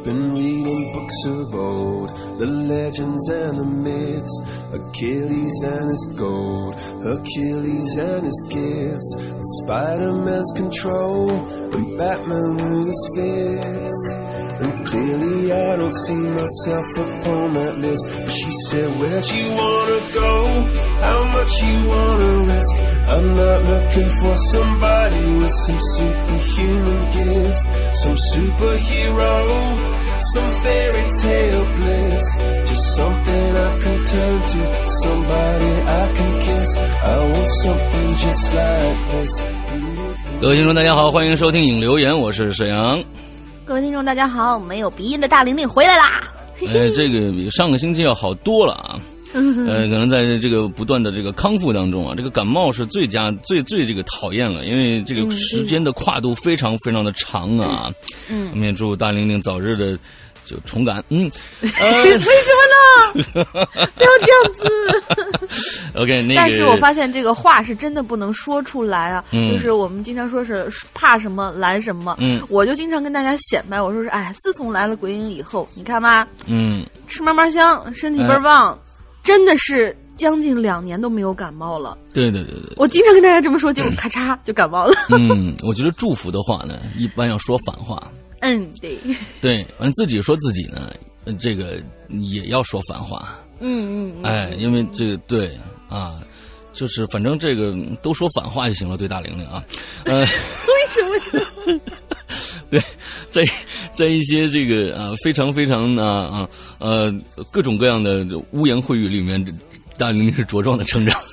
Been reading books of old, the legends and the myths, Achilles and his gold, Hercules and his gifts, Spider-Man's control, and Batman with his fists. And clearly I don't see myself upon that list. But she said, where'd you wanna go? How much you wanna risk? I'm not looking for somebody with some superhuman gifts, some superhero, some fairy tale bliss. Just something I can turn to, somebody I can kiss. I want something just like this. 各位听众大家好，欢迎收听影留言，我是沈阳。 各位听众大家好，没有鼻音的大玲玲回来啦。 这个比上个星期要好多了啊。可能在这个不断的这个康复当中啊，这个感冒是最这个讨厌了，因为这个时间的跨度非常非常的长啊。我们也祝大玲玲早日的就重感。为什么呢？不要这样子。 OK， 那个。 但是我发现这个话是真的不能说出来啊。就是我们经常说是怕什么来什么。我就经常跟大家显摆，我说是自从来了鬼影以后，你看吧，吃嘛嘛香，身体倍儿棒。真的是将近2年都没有感冒了。对，我经常跟大家这么说，结果咔嚓就感冒了。 我觉得祝福的话呢，一般要说反话。对，完了自己说自己呢，这个也要说反话。因为这个对啊，就是反正这个都说反话就行了，对大玲玲啊。 为什么？ 对，在一些这个非常非常各种各样的污言秽语里面，大玲玲是茁壮的成长。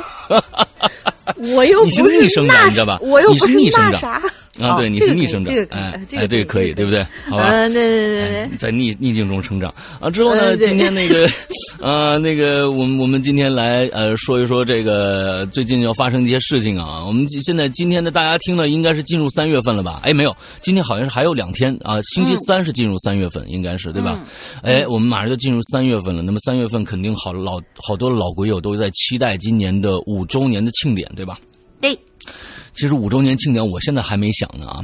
我又不是你是逆生长，你知道吧？ 我又不是逆生长啥啊！对，你是逆生长，这个可以，对不对？好吧， 对， 在逆境中成长啊！之后呢，今天那个我们今天来说一说这个最近要发生的一些事情啊。我们现在今天的大家听了应该是进入3月份了吧？没有，今天好像是还有2天啊，星期3是进入3月份，应该是对吧？我们马上就进入3月份了。那么3月份肯定好多老鬼友都在期待今年的5周年的庆典，对吧？ 对。 其实5周年庆典我现在还没想呢啊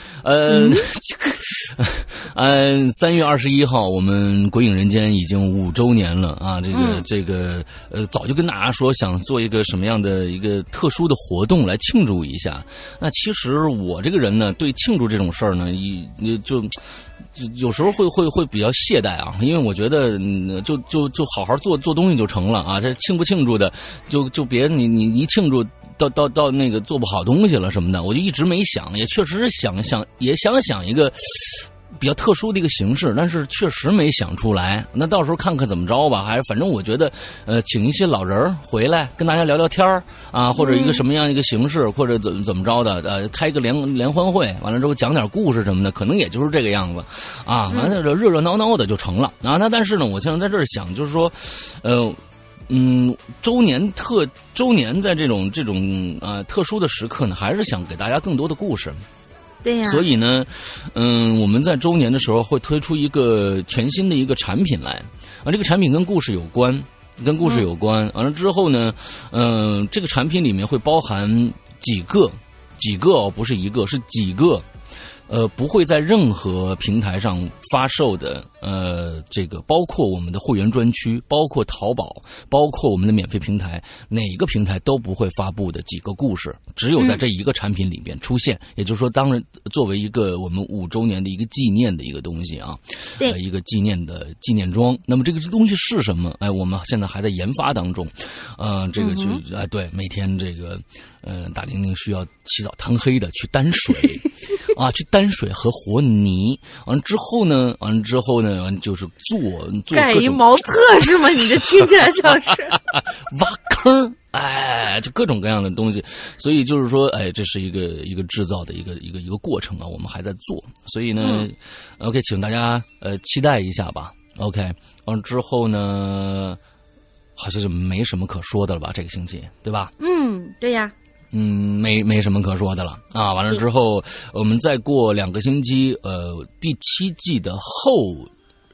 ，3月21号我们鬼影人间已经5周年了啊，这个早就跟大家说想做一个什么样的一个特殊的活动来庆祝一下。那其实我这个人呢，对庆祝这种事儿呢，就有时候会比较懈怠啊，因为我觉得就好好做东西就成了啊，这庆不庆祝的就别你一庆祝到那个做不好东西了什么的，我就一直没想，也确实是想一个比较特殊的一个形式，但是确实没想出来。那到时候看看怎么着吧，还是反正我觉得请一些老人回来跟大家聊聊天啊，或者一个什么样一个形式，或者怎么着的开个联欢会，完了之后讲点故事什么的，可能也就是这个样子啊，完了热闹闹的就成了啊。那但是呢，我现在在这儿想就是说周年在这种特殊的时刻呢，还是想给大家更多的故事。 对呀。 所以呢，我们在周年的时候会推出一个全新的一个产品来啊，这个产品跟故事有关。完了之后呢，这个产品里面会包含几个哦，不是一个，是几个。不会在任何平台上发售的，这个包括我们的会员专区，包括淘宝，包括我们的免费平台，哪个平台都不会发布的几个故事，只有在这一个产品里边出现。也就是说，当然作为一个我们5周年的一个纪念的一个东西啊，一个纪念的纪念装。那么这个东西是什么？我们现在还在研发当中。这个对，每天这个大玲玲需要起早贪黑的去担水。去担水和和泥，完了之后呢，就是做盖一茅厕是吗？你这听起来像是挖坑，就各种各样的东西。所以就是说，这是一个制造的一个过程啊，我们还在做。所以呢，OK， 请大家期待一下吧。OK， 完了之后呢，好像就没什么可说的了吧？这个星期，对吧？ 对呀。 没什么可说的了啊！完了之后，我们再过2个星期，第7季的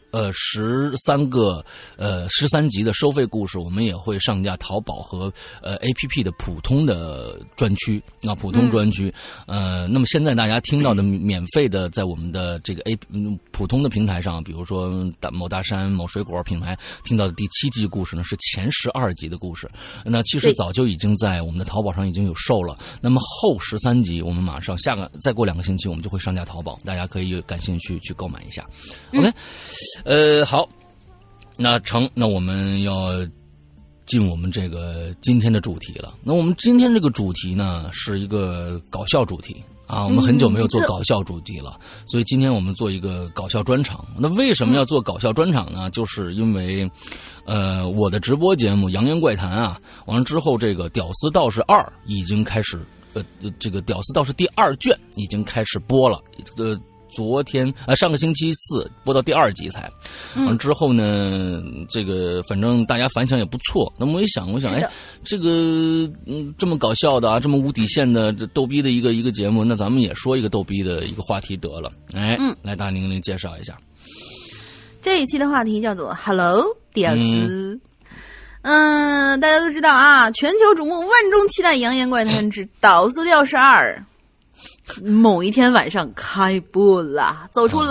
13集的收费故事，我们也会上架淘宝和APP 的普通的专区啊，普通专区。那么现在大家听到的免费的，在我们的这个普通的平台上，比如说某大山、某水果品牌听到的第7集故事呢，是前12集的故事。那其实早就已经在我们的淘宝上已经有售了。那么后13集，我们马上再过2个星期，我们就会上架淘宝，大家可以感兴趣去购买一下。OK。好，那我们要进我们这个今天的主题了。那我们今天这个主题呢，是一个搞笑主题啊。我们很久没有做搞笑主题了，所以今天我们做一个搞笑专场。那为什么要做搞笑专场呢？就是因为我的直播节目《扬言怪谈》啊，完了之后，这个《屌丝道士2》已经开始，这个《屌丝道士》第2卷已经开始播了。上个星期4播到第2集才，完之后呢，这个反正大家反响也不错。那么我一想，哎，这个这么搞笑的啊，这么无底线的这逗逼的一个节目，那咱们也说一个逗逼的一个话题得了。哎，来大宁介绍一下。 这一期的话题叫做 Hello 屌丝。大家都知道啊，全球瞩目、万众期待《扬言怪谈之屌丝道士2》。某一天晚上开播了，走出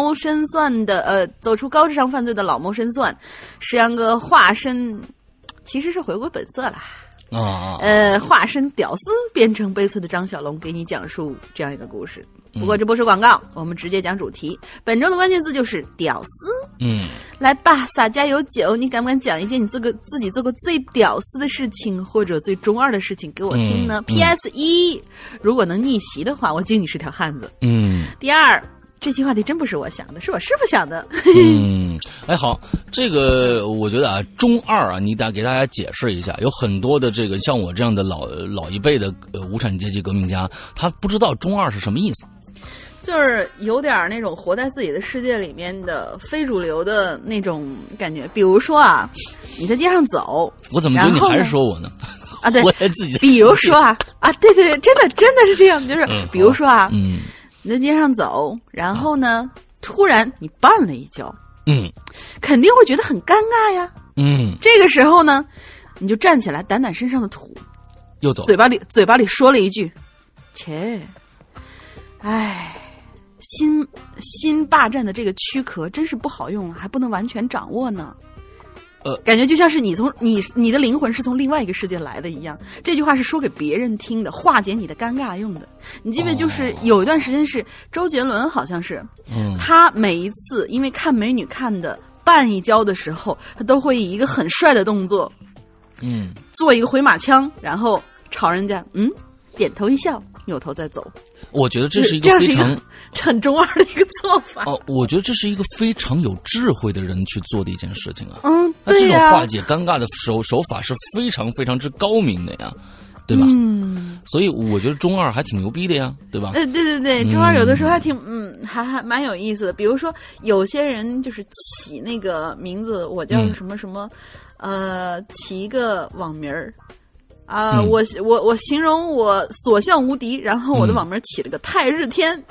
高智商犯罪的老谋深算，石阳哥化身其实是回归本色了化身屌丝变成悲催的张小龙，给你讲述这样一个故事。不过这不是广告，我们直接讲主题。本周的关键字就是屌丝。来吧，洒家有酒，你敢不敢讲一件你自己做过最屌丝的事情，或者最中二的事情给我听呢？PS1，如果能逆袭的话，我敬你是条汉子。第2，这期话题真不是我想的，是我师傅想的。 哎，好，这个我觉得啊，中二啊，你给大家解释一下，有很多的这个像我这样的老一辈的无产阶级革命家，他不知道中二是什么意思。 就是有点那种活在自己的世界里面的非主流的那种感觉。比如说啊，你在街上走， 我怎么觉得你还是说我呢？ 啊，对， 活在自己的。 比如说啊，对，真的是这样，就是比如说啊，你在街上走，然后呢，突然你绊了一跤，肯定会觉得很尴尬呀，这个时候呢，你就站起来掸掸身上的土， 又走， 嘴巴里说了一句，切，哎。新霸占的这个躯壳真是不好用，还不能完全掌握呢。感觉就像是你的灵魂是从另外一个世界来的一样。这句话是说给别人听的，化解你的尴尬用的。你记不记得，就是有一段时间是周杰伦，好像是，他每一次因为看美女看的绊一跤的时候，他都会以一个很帅的动作，做一个回马枪，然后朝人家点头一笑，扭头再走。我觉得这是一个非常很中二的一个做法。 我觉得这是一个非常有智慧的人去做的一件事情啊。 对呀。 这种化解尴尬的手法是非常非常之高明的呀，对吧？所以我觉得中二还挺牛逼的呀，对吧？ 对，中二有的时候还挺还蛮有意思的。比如说有些人就是起那个名字，我叫什么什么，起一个网名儿。我形容我所向无敌，然后我的网名起了个太日天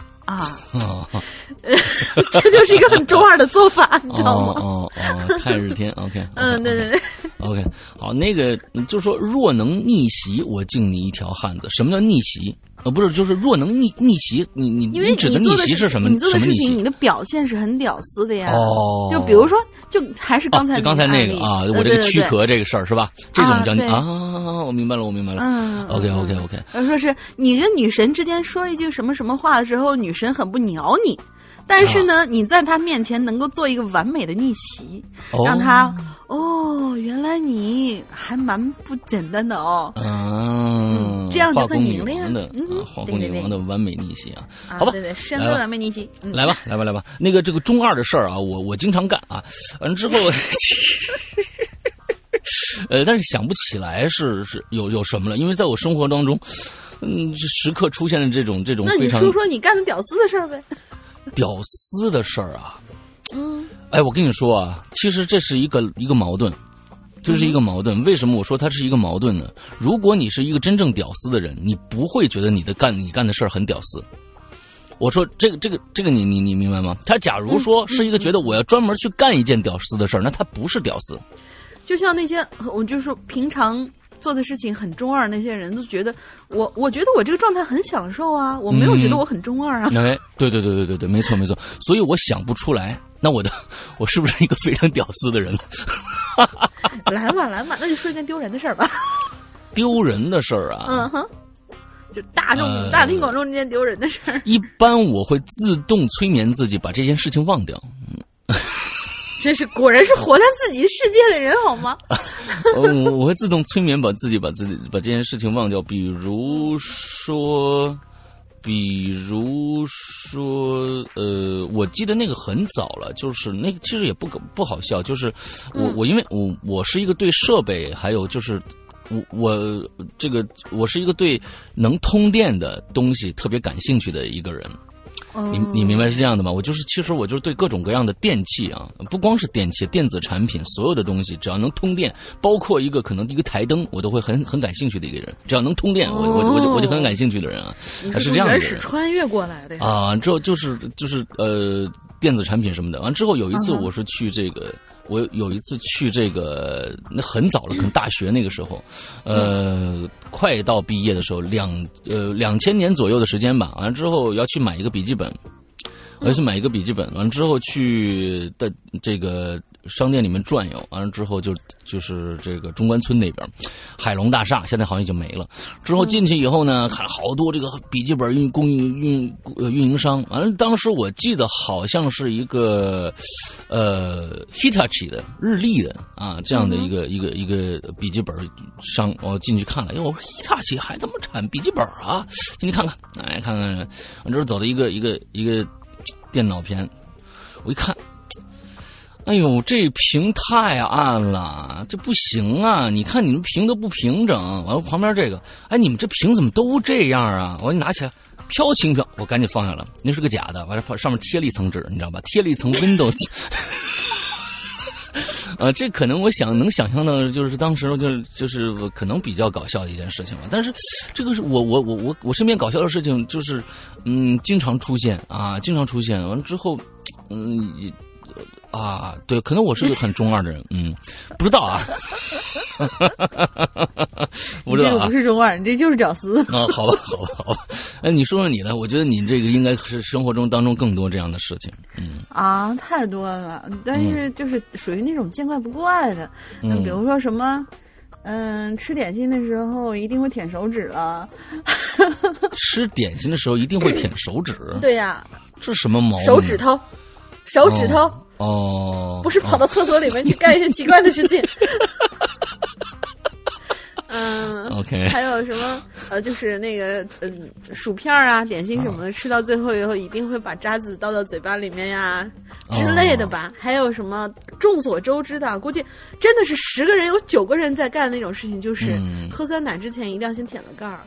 这就是一个很中二的做法，你知道吗？ 太日天 ，OK， 对 ，OK， 好，那个就是说，若能逆袭，我敬你一条汉子。什么叫逆袭？不是，就是若能逆袭，你指的逆袭是什么？ 你做的事情，你的表现是很屌丝的呀。就比如说，就还是刚才那个啊，我这个躯壳这个事儿是吧？这种叫我明白了。OK。 说是你跟女神之间说一句什么什么话的时候，女神很不鸟你。但是呢，你在他面前能够做一个完美的逆袭，让他原来你还蛮不简单的这样就算赢了呀。 化工女王的完美逆袭啊，好吧， 对，山哥完美逆袭， 来吧。那个这个中二的事儿啊，我经常干啊，完之后，但是想不起来是有什么了，因为在我生活当中，时刻出现了这种非常。 那你说你干的屌丝的事儿呗。 屌丝的事儿啊，我跟你说啊，其实这是一个矛盾，就是一个矛盾。为什么我说它是一个矛盾呢？如果你是一个真正屌丝的人，你不会觉得你干的事儿很屌丝。 我说这个你明白吗？他假如说是一个觉得我要专门去干一件屌丝的事儿，那他不是屌丝。 就像那些我就是说平常做的事情很中二，那些人都觉得我觉得我这个状态很享受啊，我没有觉得我很中二啊。 哎，对，没错。所以我想不出来，那我是不是一个非常屌丝的人了？ 来吧，那就说一件丢人的事儿吧。 丢人的事儿啊？ 嗯哼。就大庭广众之间丢人的事儿， 一般我会自动催眠自己把这件事情忘掉。 真是果然是活在自己世界的人好吗？ 我会自动催眠把这件事情忘掉。比如说，我记得那个很早了，就是那个其实也不好笑，就是我因为我是一个对设备还有就是。我是一个对能通电的东西特别感兴趣的一个人，你明白是这样的吗？其实我就是对各种各样的电器啊，不光是电器，电子产品，所有的东西只要能通电，包括可能一个台灯，我都会很感兴趣的一个人。只要能通电，我就很感兴趣的人啊，是这样的人。 原始穿越过来的呀？ 啊，之后就是电子产品什么的。完之后有一次我是去这个。我有一次去这个，那很早了，可能大学那个时候，快到毕业的时候，2000年左右的时间吧。完了之后要去买一个笔记本，完了之后去的这个商店里面转悠，完了之后就是这个中关村那边，海龙大厦现在好像已经没了。之后进去以后呢，看好多这个笔记本运营商。完了，当时我记得好像是一个Hitachi 的日立的啊这样的一个笔记本商。我进去看了，我说 Hitachi 还他妈产笔记本啊？进去看看，哎，看看，完之后走到一个电脑片，我一看。哎呦，这屏太暗了，这不行啊！你看你们屏都不平整，完了旁边这个，哎，你们这屏怎么都这样啊？我拿起来，飘轻飘，我赶紧放下了，那是个假的，完了上面贴了一层纸，你知道吧？贴了一层 Windows。这可能我能想象到，就是当时就是可能比较搞笑的一件事情吧。但是这个是我身边搞笑的事情，就是经常出现啊，完了之后，对，可能我是个很中二的人，不知道啊，不知道啊， 这个不是中二，你这就是屌丝啊。好吧，哎，你说说你的，我觉得你这个应该是生活当中更多这样的事情， 太多了，但是就是属于那种见怪不怪的，比如说什么。吃点心的时候一定会舔手指了。 吃点心的时候一定会舔手指？ 对呀， 这是什么毛病？ 手指头。不是跑到厕所里面去干一些奇怪的事情。 OK， 还有什么就是那个薯片啊、点心什么的，吃到最后以后一定会把渣子倒到嘴巴里面呀之类的吧。还有什么众所周知的，估计真的是10个人有9个人在干的那种事情，就是喝酸奶之前一定要先舔了盖儿。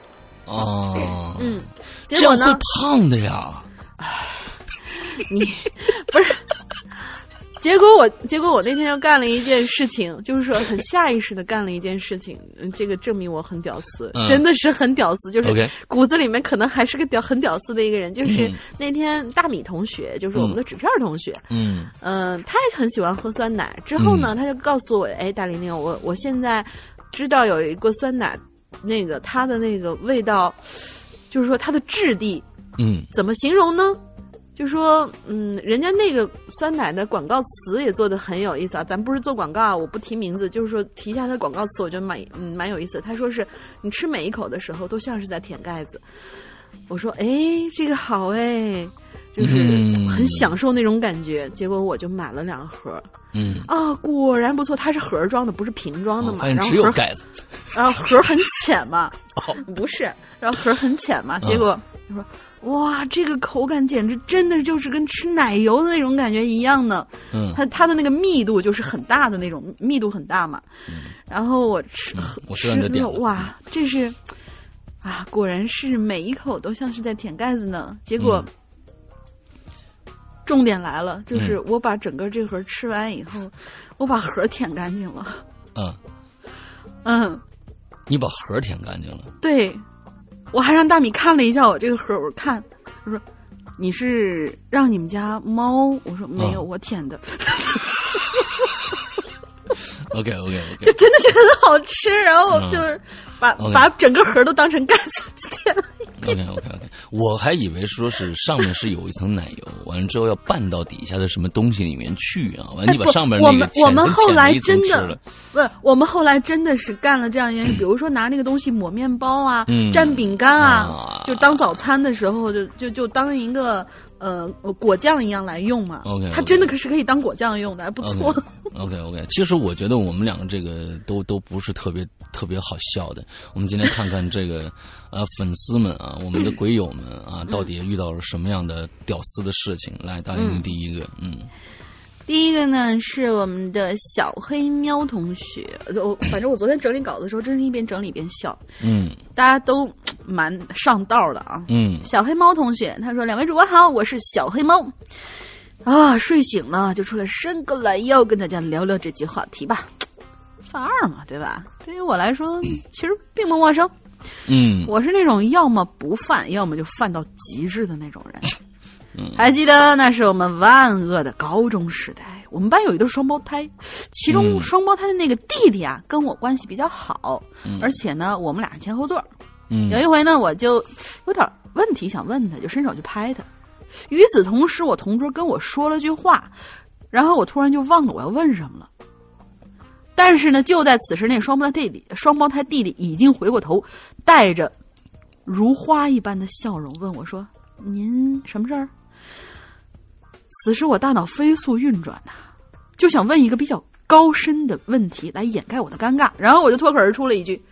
结果呢？ 这样会胖的呀。 你不是。结果我那天又干了一件事情，就是说很下意识的干了一件事情，这个证明我很屌丝，真的是很屌丝，就是骨子里面可能还是个很屌丝的一个人。就是那天大米同学，就是我们的纸片同学，他也很喜欢喝酸奶。之后呢，他就告诉我，哎，大玲玲，我现在知道有一个酸奶，那个它的那个味道，就是说它的质地，怎么形容呢？就说，人家那个酸奶的广告词也做得很有意思啊。咱不是做广告，我不提名字，就是说提一下它的广告词，我觉得蛮有意思。他说是你吃每一口的时候都像是在舔盖子。我说，哎，这个好哎，就是很享受那种感觉。结果我就买了2盒，果然不错，它是盒装的，不是瓶装的嘛。然后只有盖子， 然后盒很浅嘛，不是，然后盒很浅嘛，结果他说。哇，这个口感简直真的就是跟吃奶油的那种感觉一样的。它的那个密度就是很大的那种，密度很大嘛。然后我吃了，哇，这是果然是每一口都像是在舔盖子呢。结果，重点来了，就是我把整个这盒吃完以后，我把盒舔干净了。 你把盒舔干净了？ 对。我还让大米看了一下我这个盒，我说你是让你们家猫？我说没有，我舔的。 OK， 就真的是很好吃，然后我就是把整个盒都当成盖子舔了。 OK， 我还以为说是上面是有一层奶油，完了之后要拌到底下的什么东西里面去啊，完了你把上面那个我们后来真的不，我们后来真的是干了这样一件事，比如说拿那个东西抹面包啊，蘸饼干啊，就当早餐的时候就当一个果酱一样来用嘛。 OK， 它真的可以当果酱用的，还不错。 OK， 其实我觉得我们两个这个都不是特别好笑的。我们今天看看这个粉丝们啊，我们的鬼友们啊，到底遇到了什么样的屌丝的事情？来，大林第一个， 第一个呢是我们的小黑喵同学，反正我昨天整理稿子的时候，真是一边整理一边笑。大家都蛮上道的啊。小黑猫同学他说：“两位主播好，我是小黑猫。”啊，睡醒了就出来伸个懒腰，跟大家聊聊这期话题吧。犯二嘛，对吧？对于我来说，其实并不陌生。我是那种要么不犯，要么就犯到极致的那种人。还记得那是我们万恶的高中时代，我们班有一对双胞胎，其中双胞胎的那个弟弟啊，跟我关系比较好，而且呢，我们俩是前后座。有一回呢，我就有点问题想问他，就伸手去拍他。与此同时，我同桌跟我说了句话，然后我突然就忘了我要问什么了。但是呢，就在此时，那双胞胎弟弟已经回过头，带着如花一般的笑容问我说：“您什么事儿？”此时我大脑飞速运转呐，就想问一个比较高深的问题来掩盖我的尴尬，然后我就脱口而出了一句：“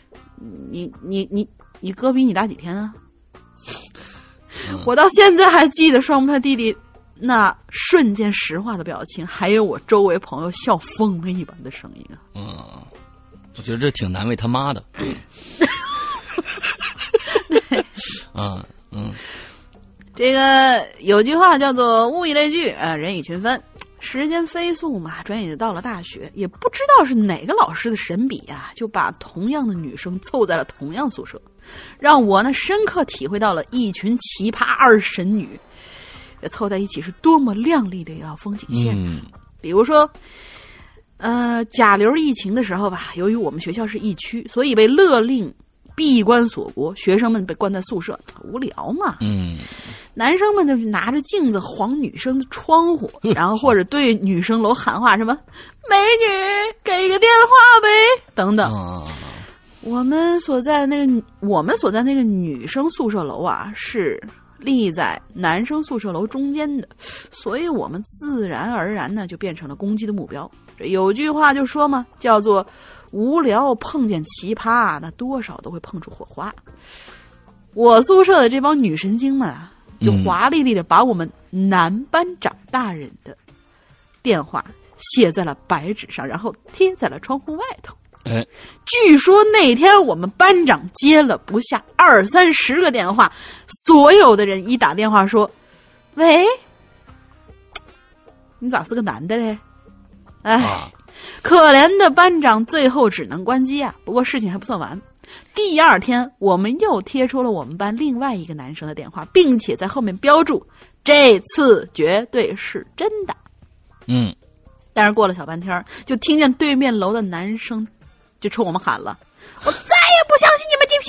你哥比你大几天啊？”我到现在还记得双胞胎弟弟那瞬间石化的表情，还有我周围朋友笑疯了一般的声音啊！ 我觉得这挺难为他妈的。 这个有句话叫做物以类聚，人以群分。时间飞速嘛，转眼就到了大学，也不知道是哪个老师的神笔啊，就把同样的女生凑在了同样宿舍，让我呢深刻体会到了一群奇葩二神女凑在一起是多么亮丽的一道风景线。比如说甲流疫情的时候吧，由于我们学校是疫区，所以被勒令闭关锁国，学生们被关在宿舍，无聊嘛。男生们就是拿着镜子晃女生的窗户，然后或者对女生楼喊话什么“美女，给个电话呗”等等。我们所在那个女生宿舍楼啊，是立在男生宿舍楼中间的，所以我们自然而然呢就变成了攻击的目标。这有句话就说嘛，叫做无聊碰见奇葩，那多少都会碰出火花。我宿舍的这帮女神经们啊，就华丽丽的把我们男班长大人的电话写在了白纸上，然后贴在了窗户外头。据说那天我们班长接了不下20-30个电话，所有的人一打电话说：“喂，你咋是个男的嘞？”可怜的班长最后只能关机啊。不过事情还不算完，第二天我们又贴出了我们班另外一个男生的电话，并且在后面标注这次绝对是真的。但是过了小半天，就听见对面楼的男生就冲我们喊了：“我再也不相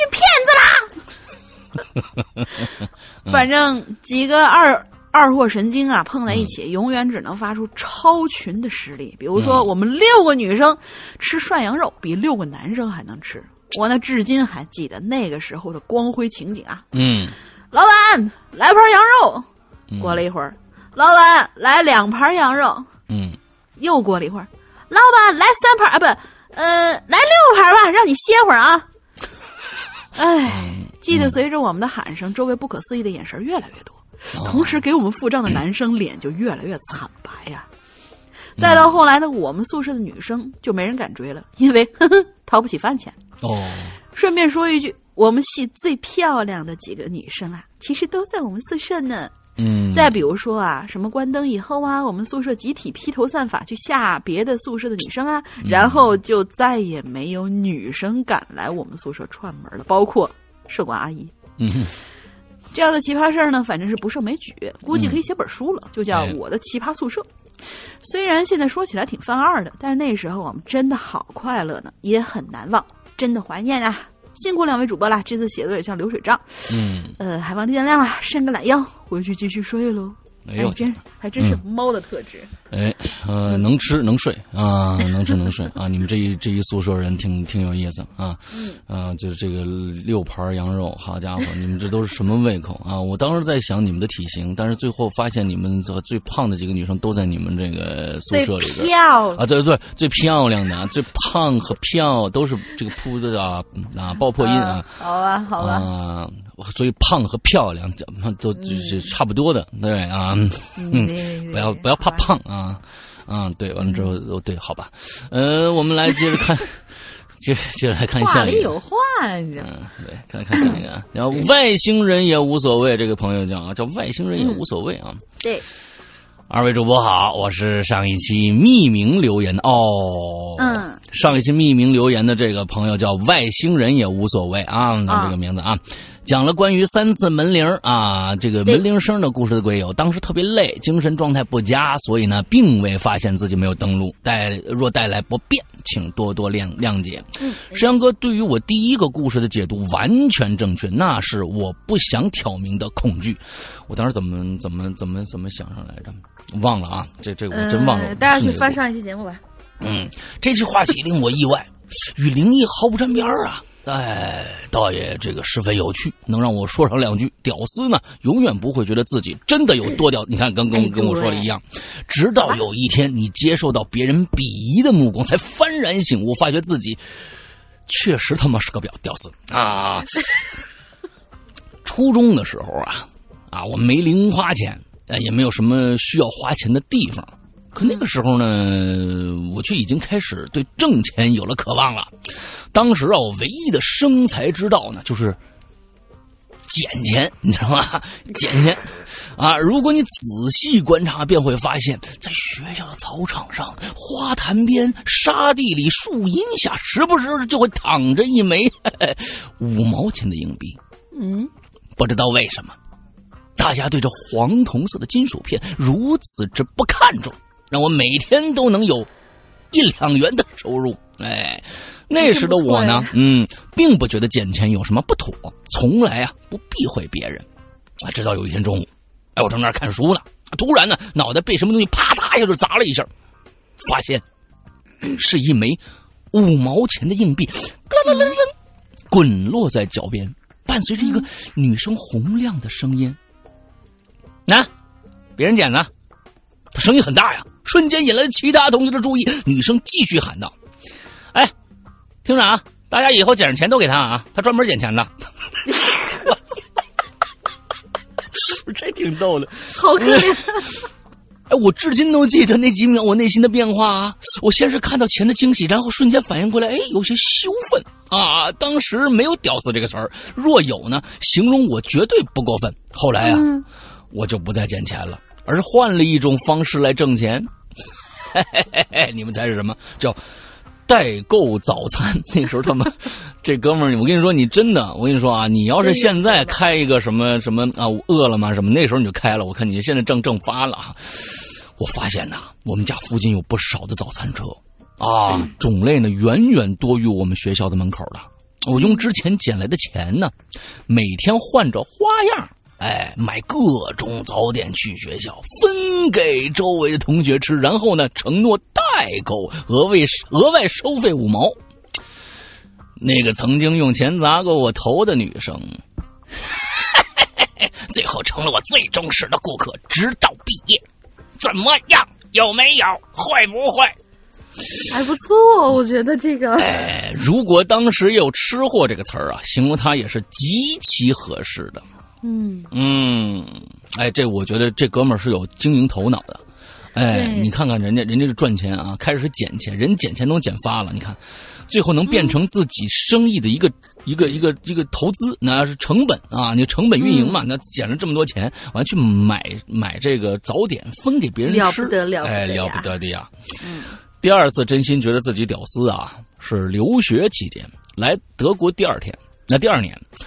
信你们这群骗子啦！”反正几个二货神经啊碰在一起，永远只能发出超群的实力。比如说我们6个女生吃涮羊肉比6个男生还能吃，我呢至今还记得那个时候的光辉情景啊。老板来盘羊肉，过了一会儿，老板来2盘羊肉，又过了一会儿，老板来3盘啊，不来6盘吧，让你歇会儿啊。记得随着我们的喊声，周围不可思议的眼神越来越多，同时给我们付账的男生脸就越来越惨白呀。再到后来呢，我们宿舍的女生就没人敢追了，因为掏不起饭钱。顺便说一句，我们系最漂亮的几个女生啊，其实都在我们宿舍呢。再比如说啊，什么关灯以后啊，我们宿舍集体披头散发去吓别的宿舍的女生啊，然后就再也没有女生敢来我们宿舍串门了，包括舍管阿姨。 这样的奇葩事儿呢，反正是不胜枚举，估计可以写本书了，就叫《我的奇葩宿舍》。虽然现在说起来挺犯二的，但是那时候我们真的好快乐呢，也很难忘，真的怀念啊！辛苦2位主播啦，这次写的也像流水账，还望见谅啦，伸个懒腰，回去继续睡喽。 哎呦， 还真是猫的特质。 能吃能睡啊，能吃能睡啊！你们这一宿舍人挺有意思啊，就是这个6盘羊肉，好家伙，你们这都是什么胃口啊？我当时在想你们的体型，但是最后发现你们最胖的几个女生都在你们这个宿舍里边。 最漂亮啊，对，最漂亮的，最胖和漂都是这个铺的爆破音啊。好吧。所以胖和漂亮都就是差不多的，对啊，不要怕胖啊，对，完了之后对，好吧，我们来接着看，接着来看下一个。话里有话呀， 对，看下一个，然后外星人也无所谓，这个朋友叫外星人也无所谓啊， 对。 2位主播好，我是上一期匿名留言的上一期匿名留言的这个朋友叫外星人也无所谓啊，那这个名字啊，讲了关于3次门铃啊，这个门铃声的故事的鬼友，当时特别累，精神状态不佳，所以呢，并未发现自己没有登录，若带来不便，请多多谅解。石阳哥对于我第一个故事的解读完全正确，那是我不想挑明的恐惧。我当时怎么想上来着？忘了啊，这我真忘了。 大家去翻上一期节目吧。 这期话题令我意外，与灵异毫不沾边啊。倒也这个十分有趣，能让我说上2句。屌丝呢，永远不会觉得自己真的有多屌。你看，跟我说的一样。直到有一天，你接受到别人鄙夷的目光，才幡然醒悟，发觉自己确实他妈是个屌丝啊！初中的时候我没零花钱，也没有什么需要花钱的地方。可那个时候呢，我却已经开始对挣钱有了渴望了。当时我唯一的生财之道呢，就是捡钱，你知道吗？捡钱如果你仔细观察，便会发现，在学校的操场上、花坛边、沙地里、树荫下，时不时就会躺着一枚5毛钱的硬币。不知道为什么，大家对这黄铜色的金属片如此之不看重，让我每天都能有1-2元的收入。那时的我呢，并不觉得捡钱有什么不妥，从来不避讳别人。直到有一天中午，我正在那儿看书呢，突然呢，脑袋被什么东西啪嗒一下就砸了一下，发现是一枚5毛钱的硬币，滚落在脚边，伴随着一个女生洪亮的声音：“别人捡的。”他声音很大呀，瞬间引来了其他同学的注意。女生继续喊道：“听着啊，大家以后捡着钱都给他啊，他专门捡钱的。”这挺逗的， 好可怜。 我至今都记得那几秒我内心的变化啊！我先是看到钱的惊喜，然后瞬间反应过来，有些羞愤啊！当时没有屌丝这个词儿，若有呢，形容我绝对不过分。后来我就不再捡钱了，而换了一种方式来挣钱。你们猜是什么？叫代购早餐。那时候他们这哥们儿，我跟你说，你真的，我跟你说啊，你要是现在开一个什么饿了么什么，那时候你就开了，我看你现在正发了啊。我发现我们家附近有不少的早餐车种类呢远远多于我们学校的门口的。我用之前捡来的钱呢，每天换着花样买各种早点去学校，分给周围的同学吃，然后呢，承诺代购，额外收费5毛。那个曾经用钱砸过我头的女生，最后成了我最忠实的顾客，直到毕业。怎么样？有没有？会不会？ 还不错，我觉得这个。 如果当时有吃货这个词儿形容它也是极其合适的。这我觉得这哥们儿是有经营头脑的。你看看人家是赚钱开始是捡钱，人捡钱都捡发了，你看，最后能变成自己生意的一个投资，那是成本你成本运营嘛，那捡了这么多钱，完去买这个早点分给别人吃，了不得的呀。第二次真心觉得自己屌丝是留学期间，来德国第二年。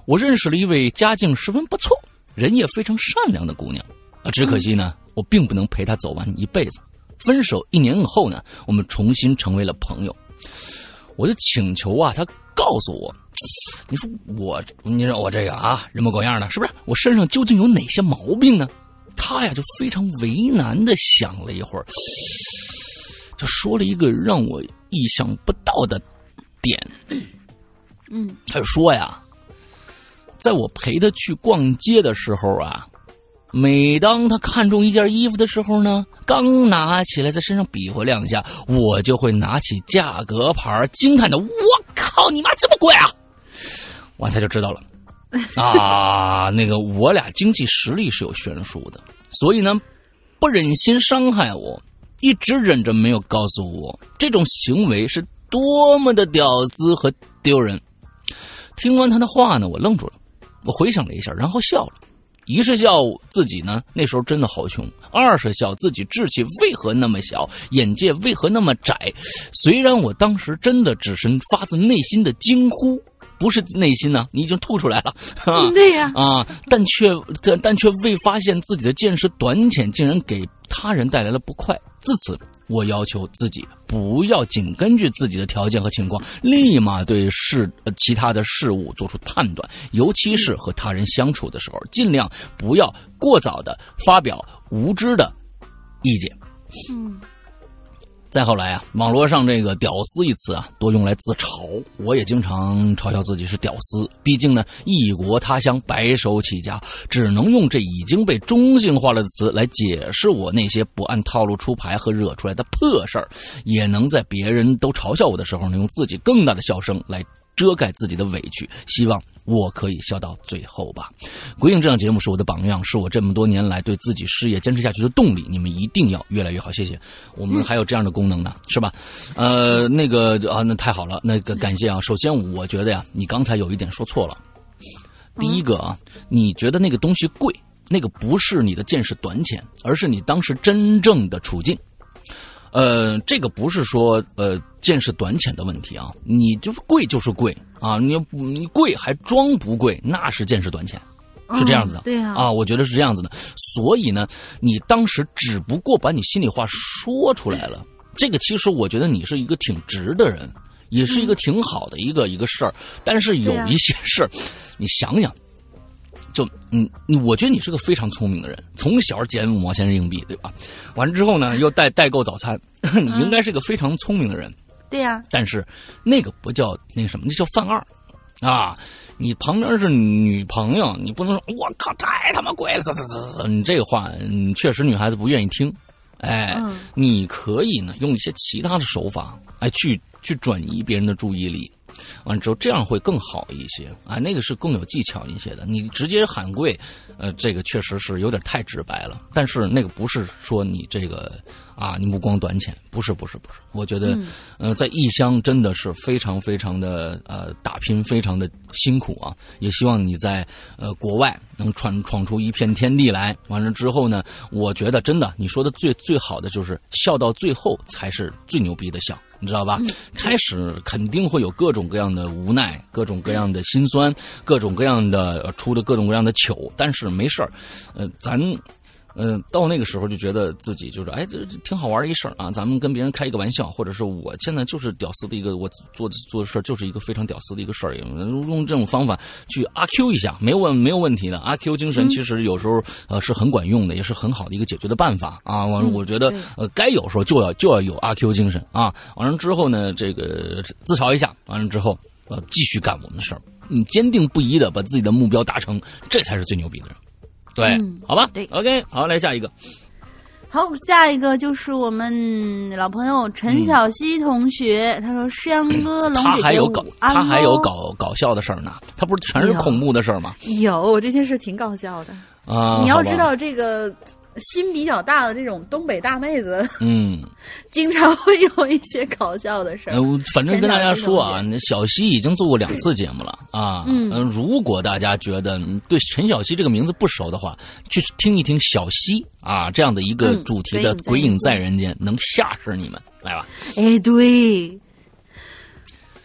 我认识了一位家境十分不错、人也非常善良的姑娘只可惜呢，我并不能陪她走完一辈子。分手1年后呢，我们重新成为了朋友。我就请求她告诉我，你说我这个人模狗样的，是不是？我身上究竟有哪些毛病呢？她呀就非常为难的想了一会儿，就说了一个让我意想不到的点。她就说呀，在我陪她去逛街的时候每当她看中一件衣服的时候呢，刚拿起来在身上比划2下，我就会拿起价格牌惊叹的，我靠你妈这么贵啊！完他就知道了那个我俩经济实力是有悬殊的，所以呢不忍心伤害我，一直忍着没有告诉我这种行为是多么的屌丝和丢人。听完他的话呢，我愣住了，我回想了一下，然后笑了。一是笑自己呢那时候真的好穷，二是笑自己志气为何那么小，眼界为何那么窄。虽然我当时真的只是发自内心的惊呼，不是内心呢，你已经吐出来了对呀但却未发现自己的见识短浅竟然给他人带来了不快。自此我要求自己不要仅根据自己的条件和情况立马对其他的事物做出判断，尤其是和他人相处的时候，尽量不要过早的发表无知的意见。再后来网络上这个屌丝一词多用来自嘲，我也经常嘲笑自己是屌丝，毕竟呢异国他乡白手起家，只能用这已经被中性化了的词来解释我那些不按套路出牌和惹出来的破事儿，也能在别人都嘲笑我的时候呢，用自己更大的笑声来遮盖自己的委屈，希望我可以笑到最后吧。鬼影这档节目是我的榜样，是我这么多年来对自己事业坚持下去的动力，你们一定要越来越好，谢谢。我们还有这样的功能呢，是吧？那太好了，那个感谢首先我觉得你刚才有一点说错了。第一个你觉得那个东西贵，那个不是你的见识短浅，而是你当时真正的处境。这个不是说见识短浅的问题你就贵就是贵你贵还装不贵，那是见识短浅，是这样子的。 对我觉得是这样子的。所以呢，你当时只不过把你心里话说出来了，这个其实我觉得你是一个挺直的人，也是一个挺好的一个事儿。但是有一些事儿，你想想。我觉得你是个非常聪明的人，从小捡5毛钱硬币，对吧？完了之后呢，又代购早餐，你应该是个非常聪明的人。 对呀。 但是那个不叫那个什么，那叫犯二你旁边是女朋友，你不能说我靠太他妈贵了，你这个话确实女孩子不愿意听。你可以呢用一些其他的手法去转移别人的注意力。完了之后这样会更好一些那个是更有技巧一些的。你直接喊贵这个确实是有点太直白了，但是那个不是说你这个你目光短浅，不是。我觉得在异乡真的是非常非常的打拼，非常的辛苦也希望你在国外能闯出一片天地来。完了之后呢，我觉得真的你说的最好的就是笑到最后才是最牛逼的笑，你知道吧？开始肯定会有各种各样的无奈，各种各样的心酸，各种各样的出的各种各样的糗，但是没事儿，咱到那个时候就觉得自己就是这挺好玩的一事儿咱们跟别人开一个玩笑，或者是我现在就是屌丝的一个，我做的事儿就是一个非常屌丝的一个事儿，用这种方法去阿 Q 一下，没有问题的。阿 Q 精神其实有时候是很管用的，也是很好的一个解决的办法我觉得该有时候就要有阿 Q 精神完了之后呢，这个自嘲一下，完了之后继续干我们的事儿，你坚定不移的把自己的目标达成，这才是最牛逼的人。对，好吧， 对 ，OK， 好，来下一个。 好，下一个就是我们老朋友陈小希同学，他说：“诗阳哥，龙姐姐， 他还有搞笑的事儿呢，他不是全是恐怖的事儿吗？” 有这件事挺搞笑的你要知道这个。心比较大的这种东北大妹子，经常会有一些搞笑的事儿。 反正跟大家说小希已经做过2次节目了如果大家觉得对陈小希这个名字不熟的话，去听一听小希这样的一个主题的《鬼影在人间》，能吓死你们，来吧。 对。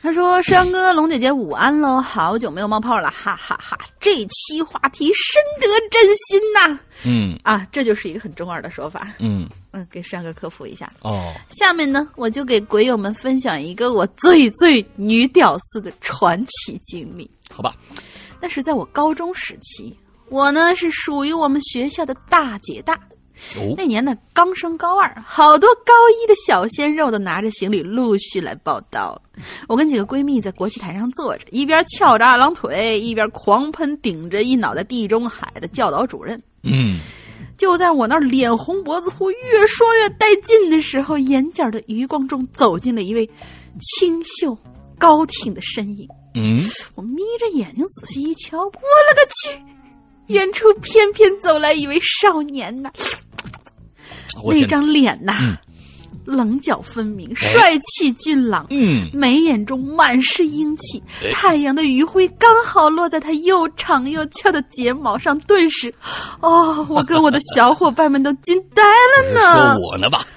他说：“石阳哥、龙姐姐午安喽，好久没有冒泡了，哈哈哈！这期话题深得真心呐。这就是一个很中二的说法。给石阳哥科普一下哦。下面呢，我就给鬼友们分享一个我最女屌丝的传奇经历。 好吧， 那是在我高中时期，我呢是属于我们学校的大姐大。那年呢刚升高2，好多高1的小鲜肉都拿着行李陆续来报到。我跟几个闺蜜在国旗台上坐着，一边翘着2郎腿，一边狂喷顶着一脑袋地中海的教导主任。就在我那儿脸红脖子粗，越说越带劲的时候，眼角的余光中走进了一位清秀高挺的身影。我眯着眼睛仔细一瞧，我勒个去，远处偏偏走来一位少年呐。那张脸呐，棱角分明，帅气俊朗，眉眼中满是英气。太阳的余晖刚好落在他又长又翘的睫毛上，顿时，我跟我的小伙伴们都惊呆了呢。 说我呢吧。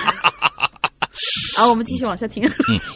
好，我们继续往下听。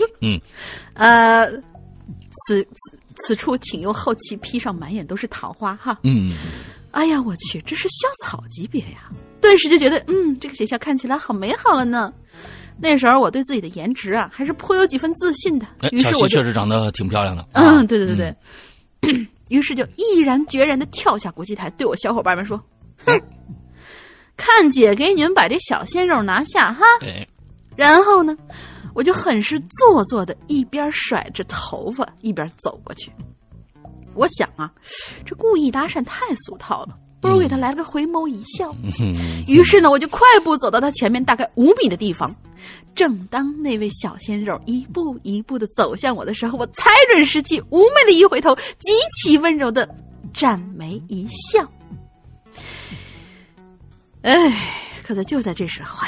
此处请用后期披上满眼都是桃花哈。哎呀，我去，这是校草级别呀！顿时就觉得，这个学校看起来好美好了呢。那时候我对自己的颜值啊，还是颇有几分自信的。于是我确实长得挺漂亮的。 对。于是就毅然决然地跳下国旗台，对我小伙伴们说：“哼，看姐给你们把这小鲜肉拿下哈！”然后呢，我就很是做作的一边甩着头发一边走过去。我想啊，这故意搭讪太俗套了，不如给他来了个回眸一笑。于是呢，我就快步走到他前面大概5米的地方。正当那位小鲜肉一步一步的走向我的时候，我踩准时机，妩媚的一回头，极其温柔的展眉一笑。可是就在这时候，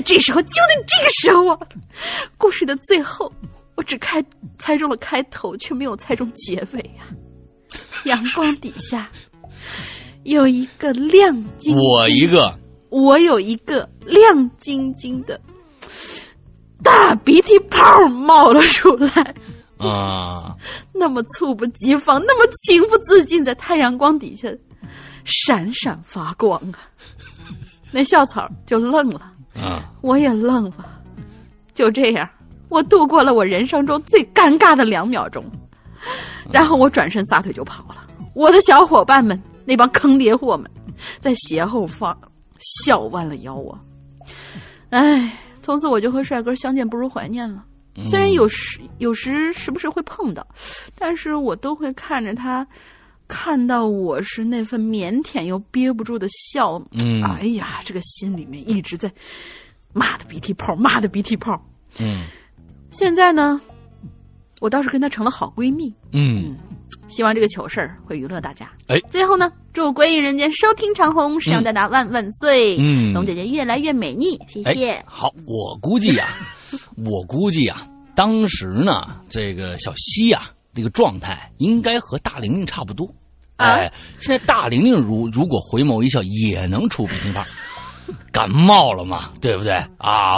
故事的最后，我只猜中了开头，却没有猜中结尾呀。阳光底下有一个亮晶晶，我有一个亮晶晶的大鼻涕泡冒了出来啊！那么猝不及防，那么情不自禁，在太阳光底下闪闪发光啊！那校草就愣了，我也愣了。就这样，我度过了我人生中最尴尬的2秒钟。然后我转身撒腿就跑了。我的小伙伴们，那帮坑爹货们，在斜后方笑弯了腰啊！从此我就和帅哥相见不如怀念了。虽然有时时不时会碰到，但是我都会看着他，看到我是那份腼腆又憋不住的笑。哎呀，这个心里面一直在骂的鼻涕泡。现在呢，我倒是跟她成了好闺蜜。希望这个糗事儿会娱乐大家。最后呢，祝鬼影人间收听长虹，石阳大大万万岁。龙姐姐越来越美丽，谢谢。 好，我估计呀，当时呢，这个小西呀，这个状态应该和大玲玲差不多。现在大玲玲如果回眸一笑，也能出鼻涕泡。感冒了嘛，对不对啊？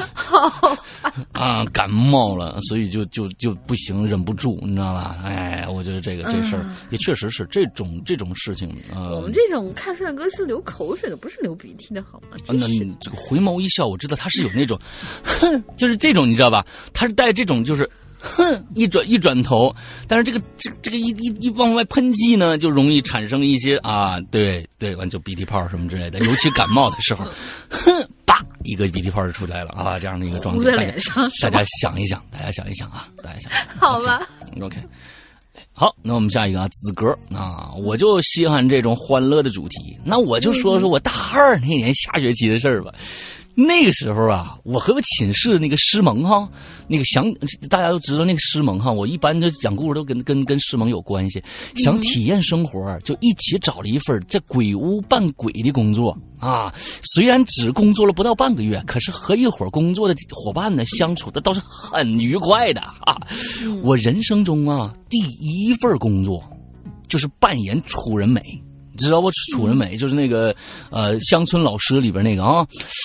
感冒了，所以就不行，忍不住，你知道吧？我觉得这事儿也确实是这种事情。 我们这种看帅哥是流口水的，不是流鼻涕的，好吗？ 那你这个回眸一笑，我知道他是有那种，就是这种，你知道吧？他是带这种就是。一转头，但是这个一往外喷气呢，就容易产生一些对，完就鼻涕泡什么之类的，尤其感冒的时候，叭一个鼻涕泡就出来了啊，这样的一个状态。大家想一想啊， 好吧。 OK， 好，那我们下一个子格我就稀罕这种欢乐的主题，那我就说我大2那年下学期的事儿吧。那个时候啊，我和我寝室的那个师萌哈，那个大家都知道那个师萌哈，我一般就讲故事都跟师萌有关系。想体验生活，就一起找了一份在鬼屋扮鬼的工作啊。虽然只工作了不到半个月，可是和一伙工作的伙伴呢相处的倒是很愉快的啊。我人生中第一份工作就是扮演楚人美。知道我楚人美就是那个乡村老师里边那个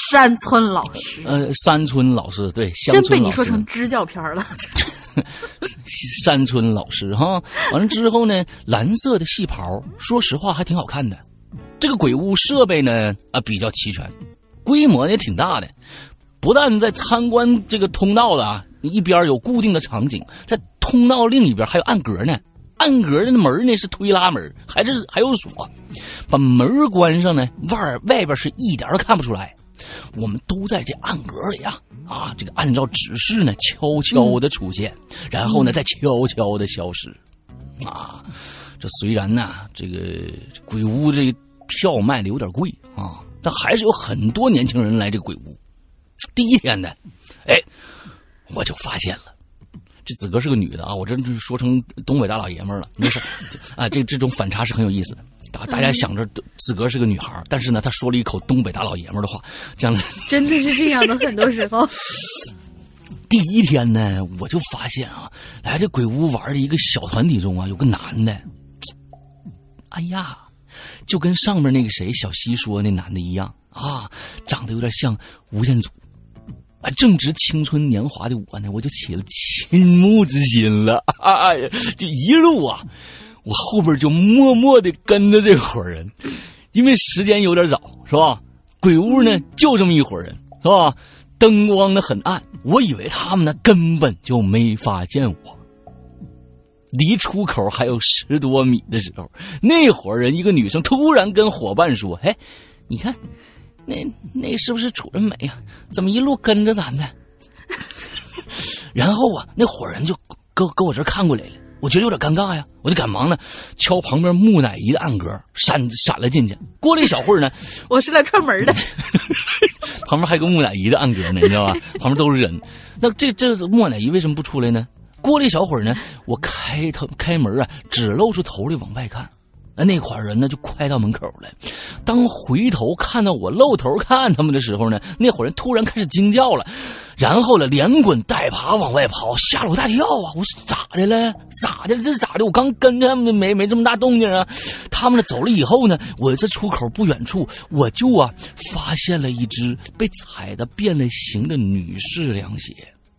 山村老师， 山村老师，对，乡村老师， 真被你说成支教片了。 山村老师哈，完了之后呢，蓝色的戏袍，说实话还挺好看的。这个鬼屋设备呢比较齐全，规模也挺大的。不但在参观这个通道的一边有固定的场景，在通道另一边还有暗格呢。暗格的门呢是推拉门，还有锁，把门关上呢，外边是一点都看不出来。我们都在这暗格里这个按照指示呢悄悄的出现，然后呢再悄悄的消失。这虽然呢这个鬼屋这个票卖的有点贵但还是有很多年轻人来这个鬼屋。第一天呢，我就发现了。这子哥是个女的我真是说成东北大老爷们了，没事这种反差是很有意思的。大家想着子哥是个女孩，但是呢，她说了一口东北大老爷们的话，这样真的是这样的。很多时候， 第一天呢，我就发现来这鬼屋玩的一个小团体中有个男的，哎呀，就跟上面那个谁小西说那男的一样长得有点像吴彦祖。正值青春年华的我呢，我就起了倾慕之心了。就一路我后边就默默的跟着这伙人，因为时间有点早，是吧？鬼屋呢就这么一伙人，是吧？灯光呢很暗，我以为他们呢根本就没发现我。离出口还有10多米的时候，那伙人一个女生突然跟伙伴说：“你看。”那是不是楚人美怎么一路跟着咱呢？然后那伙人就搁我这看过来了，我觉得有点尴尬呀，我就赶忙呢敲旁边木乃伊的暗格，闪了进去。过了一小会儿呢， 我是来串门的。 旁边还有个木乃伊的暗格呢，你知道吧？旁边都是人。那这木乃伊为什么不出来呢？过了一小会儿呢，我开门只露出头来往外看。那伙人呢就快到门口了，当回头看到我露头看他们的时候呢，那伙人突然开始惊叫了，然后呢连滚带爬往外跑，吓了我大跳我说咋的了？这咋的？我刚跟他们没这么大动静他们走了以后呢，我在出口不远处我就发现了一只被踩得变了形的女士凉鞋。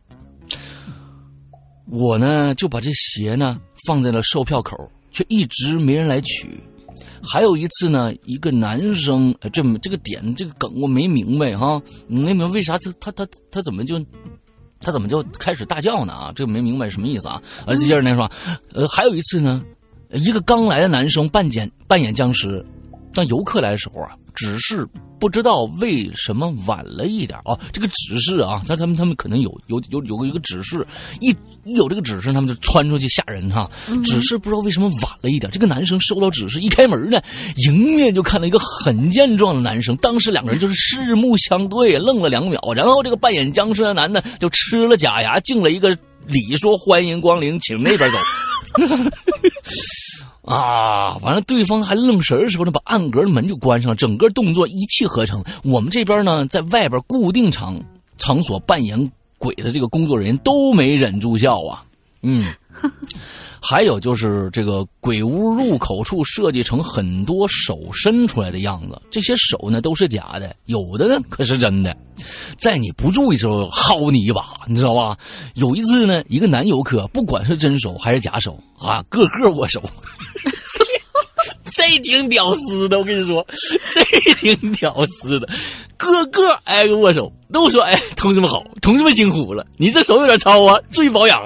我呢就把这鞋呢放在了售票口，却一直没人来取。还有一次呢，一个男生，这个点这个梗我没明白没明白为啥他怎么就开始大叫呢这个没明白什么意思接着那说，还有一次呢，一个刚来的男生扮演僵尸，当游客来的时候只是不知道为什么晚了一点这个指示他们可能有一个指示，一有这个指示他们就窜出去吓人只是不知道为什么晚了一点。这个男生收到指示一开门呢，迎面就看到一个很健壮的男生，当时两个人就是四目相对，愣了2秒，然后这个扮演僵尸的男的就吃了假牙，敬了一个礼，说欢迎光临，请那边走。完了对方还愣神的时候呢，把暗格的门就关上了，整个动作一气呵成。我们这边呢在外边固定场所扮演鬼的这个工作人员都没忍住笑还有就是这个鬼屋入口处设计成很多手伸出来的样子，这些手呢都是假的，有的呢可是真的，在你不注意的时候薅你一把，你知道吧？有一次呢，一个男游客不管是真手还是假手个个握手。这挺屌丝的，我跟你说，这挺屌丝的，个个挨个握手，都说同志们好，同志们辛苦了，你这手有点糙注意保养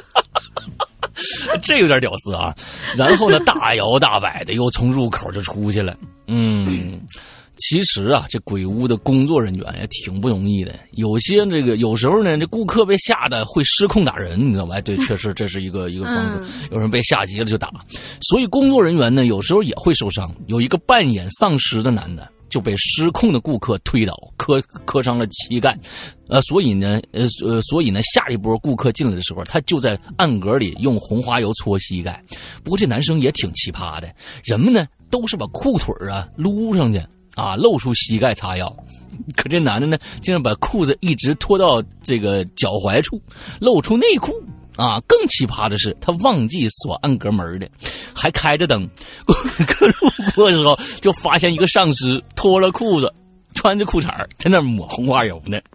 这有点屌丝然后呢大摇大摆的又从入口就出去了。其实这鬼屋的工作人员也挺不容易的，有时候呢这顾客被吓得会失控打人，你知道吧？对，确实这是一个方式，有人被吓急了就打，所以工作人员呢有时候也会受伤。有一个扮演丧尸的男的就被失控的顾客推倒，磕伤了膝盖，所以呢下一波顾客进来的时候，他就在暗格里用红花油搓膝盖。不过这男生也挺奇葩的，人们呢都是把裤腿撸上去露出膝盖擦药，可这男的呢竟然把裤子一直拖到这个脚踝处，露出内裤更奇葩的是他忘记锁暗格门的，还开着灯。顾客路过的时候就发现一个丧尸脱了裤子穿着裤衩在那抹红花油呢。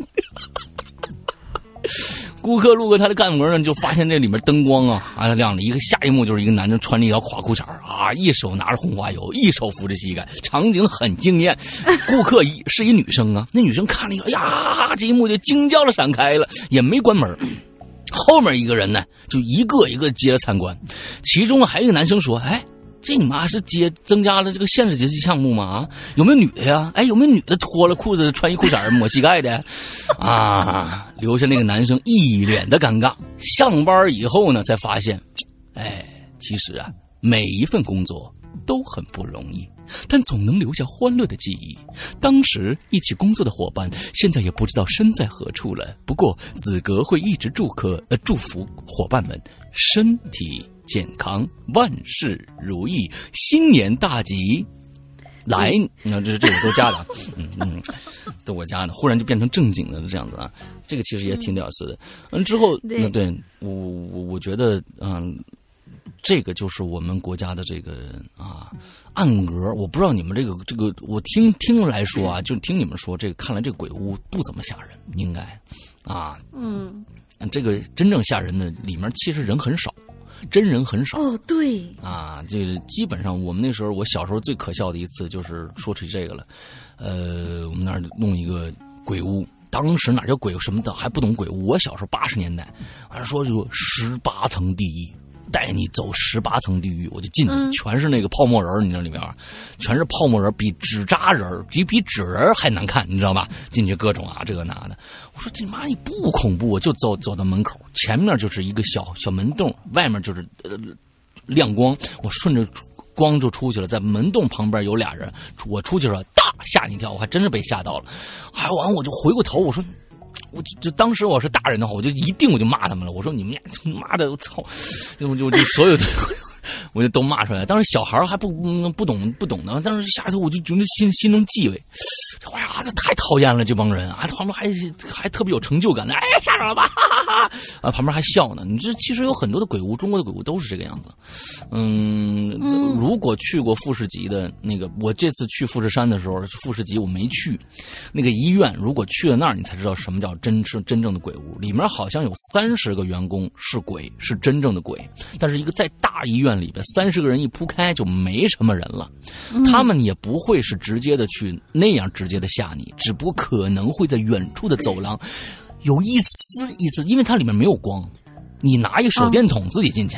顾客路过他的干模呢，就发现这里面灯光亮了，下一幕就是一个男生穿着一条垮裤衩一手拿着红花油，一手扶着膝盖，场景很惊艳。顾客是一女生那女生看了一个，这一幕就惊叫了，闪开了，也没关门。后面一个人呢，就一个一个接着参观，其中还有一个男生说：“哎，这你妈是增加了这个限制级项目吗？有没有女的呀？哎，有没有女的脱了裤子穿一裤衩抹膝盖的？留下那个男生一脸的尴尬。上班以后呢，才发现，其实每一份工作都很不容易，但总能留下欢乐的记忆。当时一起工作的伙伴，现在也不知道身在何处了。不过子格会一直祝福伙伴们身体健康，万事如意，新年大吉。来，这我都加的，都我加的，忽然就变成正经的这样子这个其实也挺屌丝的。之后对我觉得这个就是我们国家的这个暗格。我不知道你们这个我听来说就听你们说这个，看来这个鬼屋不怎么吓人，应该这个真正吓人的里面其实人很少。真人很少对这个基本上我们那时候，我小时候最可笑的一次就是说起这个了。我们那儿弄一个鬼屋，当时哪叫鬼屋什么的还不懂鬼屋。我小时候80年代，说就18层地狱，带你走18层地狱，我就进去，全是那个泡沫人，你知道里面全是泡沫人，比纸扎人比纸人还难看，你知道吧？进去各种这个那的，我说这妈你不恐怖，我就走到门口，前面就是一个小门洞，外面就是亮光，我顺着光就出去了，在门洞旁边有俩人，我出去了，吓你一跳，我还真是被吓到了。完我就回过头，我说。我就当时我是大人的话，我就骂他们了。我说你们俩妈的，我操！就所有的，我就都骂出来。当时小孩还不懂呢，当时下头我就觉得心中忌讳。哎呀，这太讨厌了，这帮人旁边还特别有成就感的，吓着了吧，哈哈哈！旁边还笑呢。你这其实有很多的鬼屋，中国的鬼屋都是这个样子。如果去过富士急的那个，我这次去富士山的时候，富士急我没去，那个医院，如果去了那儿，你才知道什么叫真正的鬼屋。里面好像有30个员工是鬼，是真正的鬼，但是一个在大医院里边，30个人一铺开就没什么人了。他们也不会是直接的去那样直接的吓你，只不过可能会在远处的走廊有一丝，因为它里面没有光，你拿一个手电筒自己进去，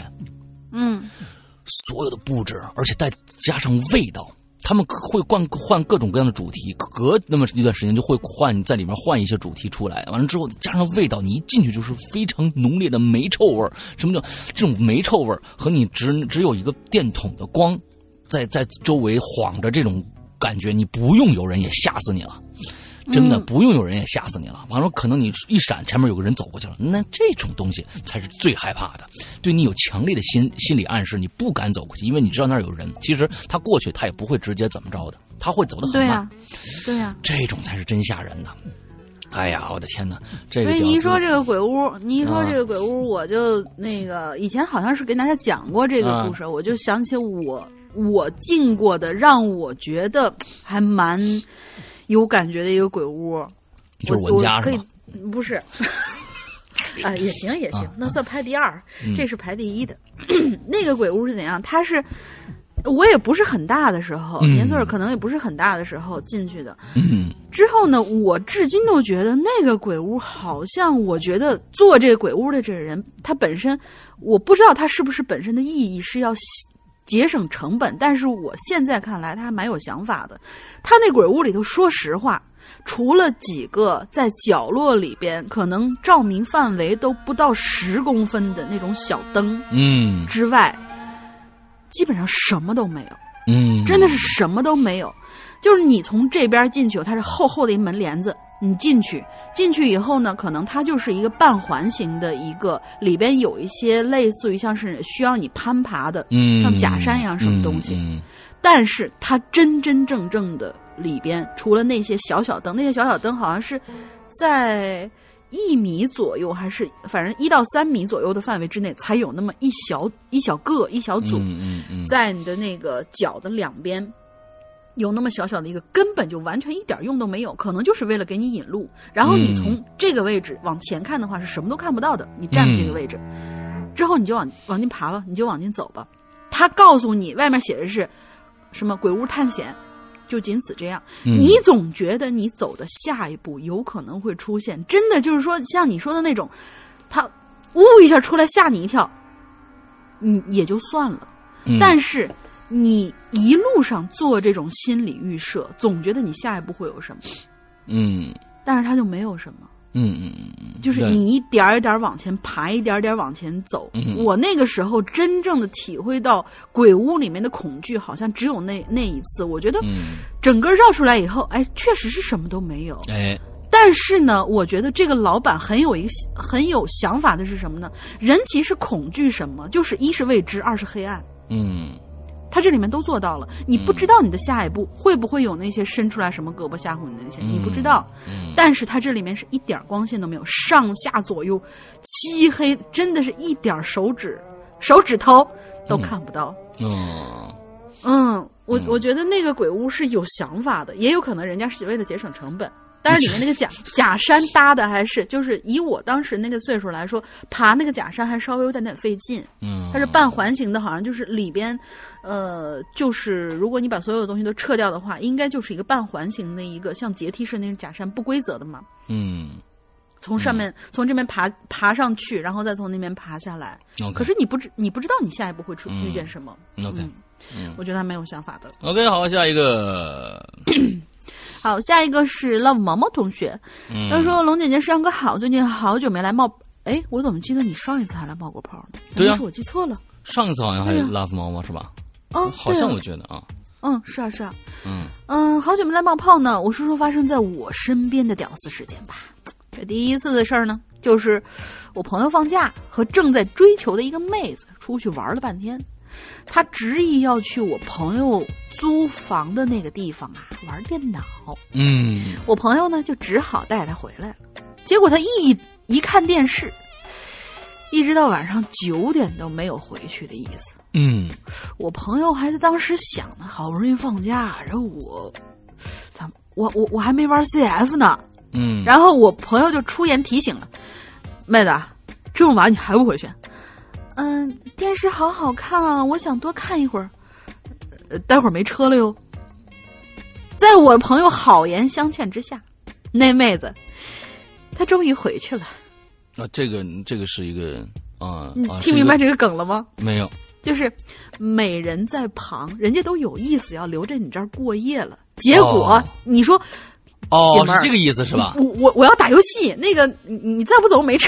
所有的布置，而且再加上味道，他们会换各种各样的主题，隔那么一段时间就会在里面换一些主题出来，完了之后加上味道，你一进去就是非常浓烈的煤臭味。什么叫这种煤臭味和你只有一个电筒的光在周围晃着这种感觉，你不用有人也吓死你了。真的不用有人也吓死你了。完了，可能你一闪，前面有个人走过去了，那这种东西才是最害怕的，对你有强烈的心理暗示，你不敢走过去，因为你知道那儿有人。其实他过去，他也不会直接怎么着的，他会走得很慢。 对呀， 这种才是真吓人的。哎呀，我的天哪！这个你一说这个鬼屋，我就那个以前好像是跟大家讲过这个故事，我就想起我进过的，让我觉得还蛮有感觉的一个鬼屋， 就是文家是吗？ 不是，也行，那算排第二，这是排第一的。那个鬼屋是怎样？它是我也不是很大的时候，年岁可能也不是很大的时候进去的。之后呢，我至今都觉得那个鬼屋好像，我觉得做这个鬼屋的这个人，他本身我不知道他是不是本身的意义是要节省成本，但是我现在看来他还蛮有想法的。他那鬼屋里头，说实话，除了几个在角落里边可能照明范围都不到10公分的那种小灯之外，基本上什么都没有。真的是什么都没有。就是你从这边进去，它是厚厚的一门帘子，你进去以后呢，可能它就是一个半环形的一个，里边有一些类似于像是需要你攀爬的，像假山一样什么东西。但是它真正的里边，除了那些小小灯，那些小小灯好像是在1米左右，还是反正1到3米左右的范围之内，才有那么一小组，在你的那个脚的两边。 有那么小小的一个，根本就完全一点用都没有，可能就是为了给你引路。然后你从这个位置往前看的话，是什么都看不到的。你站这个位置，之后你就往进爬吧，你就往进走吧。他告诉你，外面写的是什么鬼屋探险，就仅此这样。你总觉得你走的下一步有可能会出现，真的就是说像你说的那种，他呜一下出来吓你一跳，也就算了。但是你一路上做这种心理预设，总觉得你下一步会有什么，但是他就没有什么，就是你一点一点往前爬，一点点往前走。我那个时候真正的体会到鬼屋里面的恐惧，好像只有那一次。我觉得整个绕出来以后，哎，确实是什么都没有。哎，但是呢，我觉得这个老板很有想法的是什么呢？人其实恐惧什么？就是一是未知，二是黑暗。他这里面都做到了，你不知道你的下一步会不会有那些伸出来什么胳膊吓唬你的那些，你不知道。但是他这里面是一点光线都没有，上下左右漆黑，真的是一点手指头都看不到。我觉得那个鬼屋是有想法的，也有可能人家是为了节省成本。但是里面那个假山搭的还是，就是以我当时那个岁数来说，爬那个假山还稍微有点费劲。它是半环形的，好像就是里边，就是如果你把所有的东西都撤掉的话，应该就是一个半环形的一个像阶梯式那个假山，不规则的嘛。从上面从这边爬上去，然后再从那边爬下来。可是你不知道你下一步会遇见什么。我觉得还蛮有想法的。 OK， 好，下一个。 好，下一个是 Love 毛毛同学，他说：“龙姐姐，上个好，最近好久没来冒，哎，我怎么记得你上一次还来冒过泡呢？ 对呀， 是我记错了。 上一次好像还 Love 毛毛是吧？好像我觉得啊。 是啊。好久没来冒泡呢。我说发生在我身边的屌丝事件吧。这第一次的事儿呢，就是我朋友放假和正在追求的一个妹子出去玩了半天。”他执意要去我朋友租房的那个地方啊玩电脑。我朋友呢就只好带他回来了。结果他一看电视，一直到晚上9点都没有回去的意思。我朋友还在当时想呢，好不容易放假，然后我还没玩 CF 呢。然后我朋友就出言提醒了，妹子，这么晚你还不回去？电视好好看啊，我想多看一会儿。待会儿没车了哟。在我朋友好言相劝之下，那妹子她终于回去了。 这个是一个听明白这个梗了吗？ 没有， 就是美人在旁，人家都有意思要留在你这儿过夜了，结果你说是这个意思是吧？ 我要打游戏，那个你再不走没车。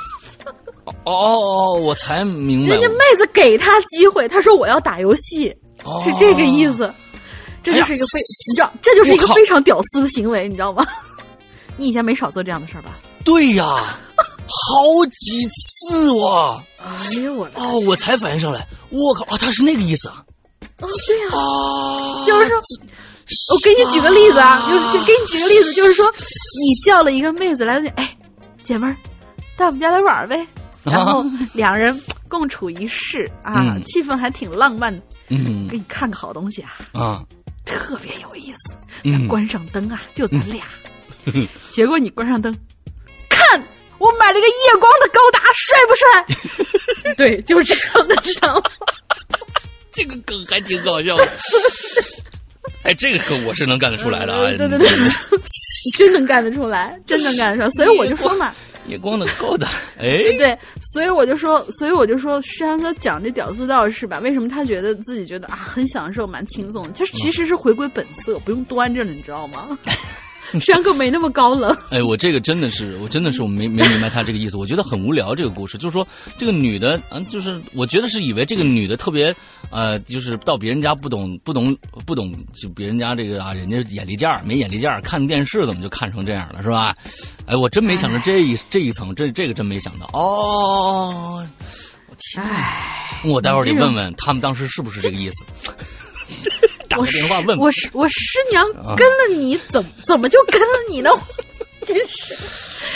我才明白， 人家妹子给他机会，他说我要打游戏，是这个意思。这就是一个你知道，这就是一个非常屌丝的行为，你知道吗？你以前没少做这样的事儿吧？ 对呀，好几次哇！ 哎呦我的！ 我才反应上来，我靠他是那个意思啊！ 对呀，就是说，我给你举个例子啊，就给你举个例子，就是说，你叫了一个妹子来，哎，姐妹儿，到我们家来玩呗。然后两人共处一室啊，气氛还挺浪漫的。给你看个好东西啊，特别有意思。咱关上灯啊，就咱俩。结果你关上灯，看我买了个夜光的高达，帅不帅？对，就是这样的，知道吗？ 这个梗还挺搞笑的。哎，这个梗我是能干得出来的啊！ 对，真能干得出来，真能干得出来。所以我就说嘛。 夜光的高达， 对，所以我就说，诗阳哥讲这屌丝道是吧？为什么他自己觉得很享受，蛮轻松的？就是其实是回归本色，不用端着了，你知道吗？诗阳哥没那么高冷。 我这个真的是我没明白他这个意思。我觉得很无聊这个故事，就是说这个女的，就是我觉得是以为这个女的特别就是到别人家不懂，就别人家这个人家眼力劲儿没眼力劲儿，看电视怎么就看成这样了，是吧？我真没想到这一层，这个真没想到哦。我待会儿得问问他们当时是不是这个意思。打个电话问我师娘跟了你，怎么就跟了你呢？真是，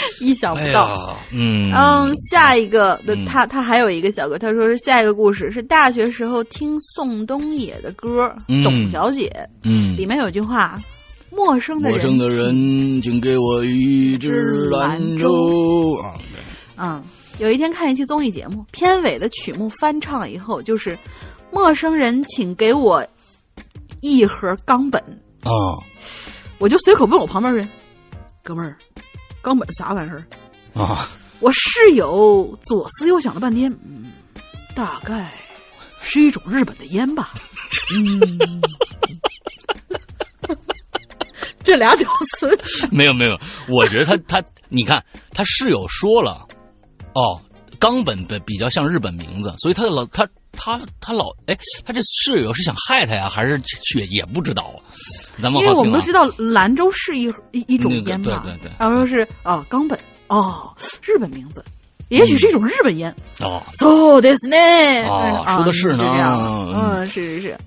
意想不到。下一个他还有一个小哥，他说是下一个故事是大学时候听宋冬野的歌《董小姐》，里面有句话。陌生的人，请给我一只兰州有一天看一期综艺节目，片尾的曲目翻唱以后，就是陌生人，请给我一盒冈本我就随口问我旁边人，哥们儿，冈本啥玩意儿我室友左思右想了半天，大概是一种日本的烟吧。这俩屌丝没有，我觉得他你看他室友说了，冈本比较像日本名字，所以他这室友是想害他呀，还是也不知道咱们因为我们都知道兰州是一种烟嘛， 对， 然后说是冈本日本名字，也许是一种日本烟so this 呢说的是呢，是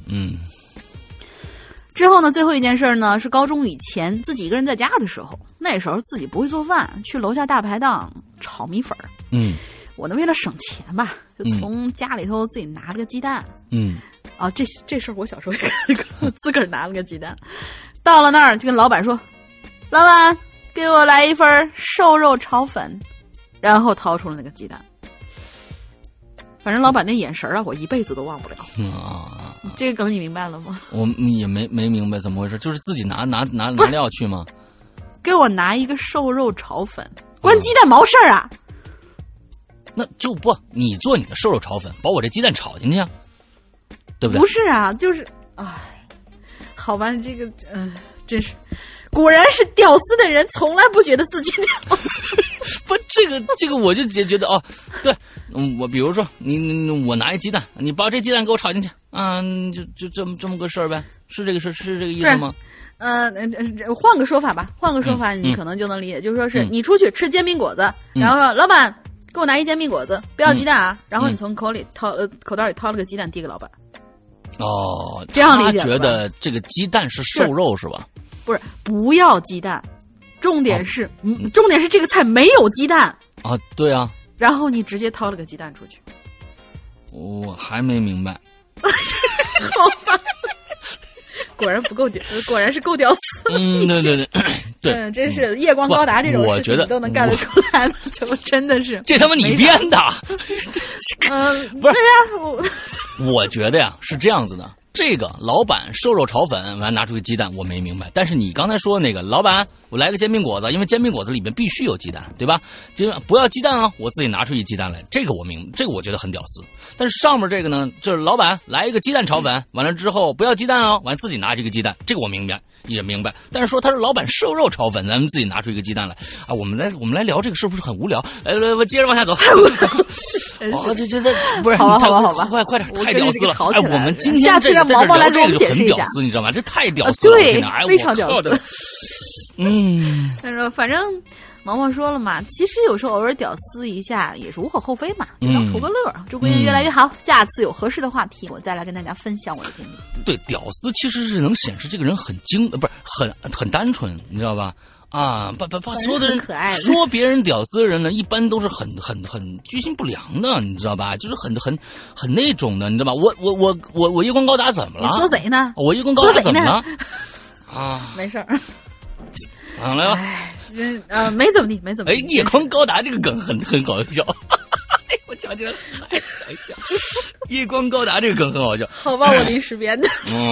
之后呢，最后一件事呢是高中以前自己一个人在家的时候，那时候自己不会做饭，去楼下大排档炒米粉。我呢为了省钱吧，就从家里头自己拿了个鸡蛋。这事儿我小时候也自个儿拿了个鸡蛋，到了那儿就跟老板说：“老板，给我来一份瘦肉炒粉。”然后掏出了那个鸡蛋。反正老板那眼神我一辈子都忘不了。这个梗你明白了吗？ 我也没明白怎么回事，就是自己拿料去吗？ 给我拿一个瘦肉炒粉，关鸡蛋毛事儿啊！ 那就不，你做你的瘦肉炒粉，把我这鸡蛋炒进去啊，对不对？ 不是啊，就是好吧，这个真是，果然是屌丝的人从来不觉得自己屌丝。 不，这个我就觉得对，我比如说我拿一鸡蛋，你把这鸡蛋给我炒进去就这么个事儿呗，是这个意思吗？ 换个说法吧，你可能就能理解，就是说是你出去吃煎饼果子，然后说老板给我拿一煎饼果子，不要鸡蛋啊，然后你从口袋里掏了个鸡蛋递给老板。这样理解。他觉得这个鸡蛋是瘦肉是吧？ 不是，不要鸡蛋，重点是这个菜没有鸡蛋对啊。 然后你直接掏了个鸡蛋出去。 我还没明白。 好吧。果然不够屌，果然是够屌丝。对，真是夜光高达这种事情你都能干得出来的，就真的是。 这他妈你编的？不是， 对呀， 我觉得呀是这样子的。这个老板瘦肉炒粉完拿出个鸡蛋，我没明白。但是你刚才说那个老板，我来个煎饼果子，因为煎饼果子里面必须有鸡蛋，对吧？不要鸡蛋啊，我自己拿出一鸡蛋来，这个我觉得很屌丝。但是上面这个呢，就是老板来一个鸡蛋炒粉，完了之后不要鸡蛋啊，完自己拿这个鸡蛋，这个我明白。也明白，但是说他是老板瘦肉炒粉，咱们自己拿出一个鸡蛋来我们来聊这个是不是很无聊？我接着往下走。这不是好吧， 快点，太屌丝了！我们今天下次让毛毛来给我们解释一下， 很屌丝，你知道吗？这太屌丝了， 对，非常屌丝。但是反正毛毛说了嘛，其实有时候偶尔屌丝一下也是无可厚非嘛，就当图个乐。祝贵人越来越好，下次有合适的话题，我再来跟大家分享我的经历。 对，屌丝其实是能显示这个人很很单纯，你知道吧？把所有的人说别人屌丝的人呢，一般都是很居心不良的，你知道吧？就是很那种的，你知道吧？我夜光高达怎么了？ 你说谁呢？ 我夜光高达怎么了？ 没事儿。 来吧。 没怎么地。 夜光高达这个梗很搞笑。我想起来太搞笑。夜光高达这个梗很好笑。 好吧，我临时编的。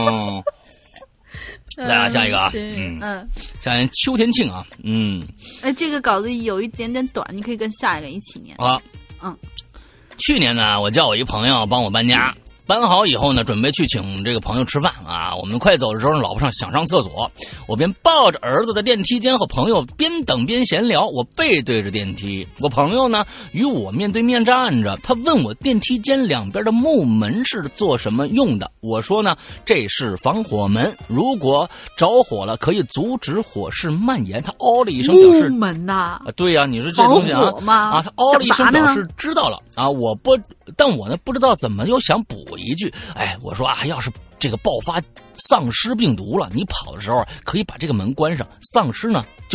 来下一个啊。下一个秋天庆啊。 这个稿子有一点点短，你可以跟下一个一起念。 去年呢，我叫我一朋友帮我搬家。搬好以后呢，准备去请这个朋友吃饭我们快走的时候，老婆想上厕所，我便抱着儿子在电梯间和朋友边等边闲聊。我背对着电梯，我朋友呢与我面对面站着。他问我电梯间两边的木门是做什么用的。我说呢，这是防火门，如果着火了可以阻止火势蔓延。他哦了一声表示木门呐， 对呀，你说这东西他哦了一声表示知道了但我呢不知道怎么又想补一句，我说要是这个爆发丧尸病毒了，你跑的时候可以把这个门关上，丧尸呢就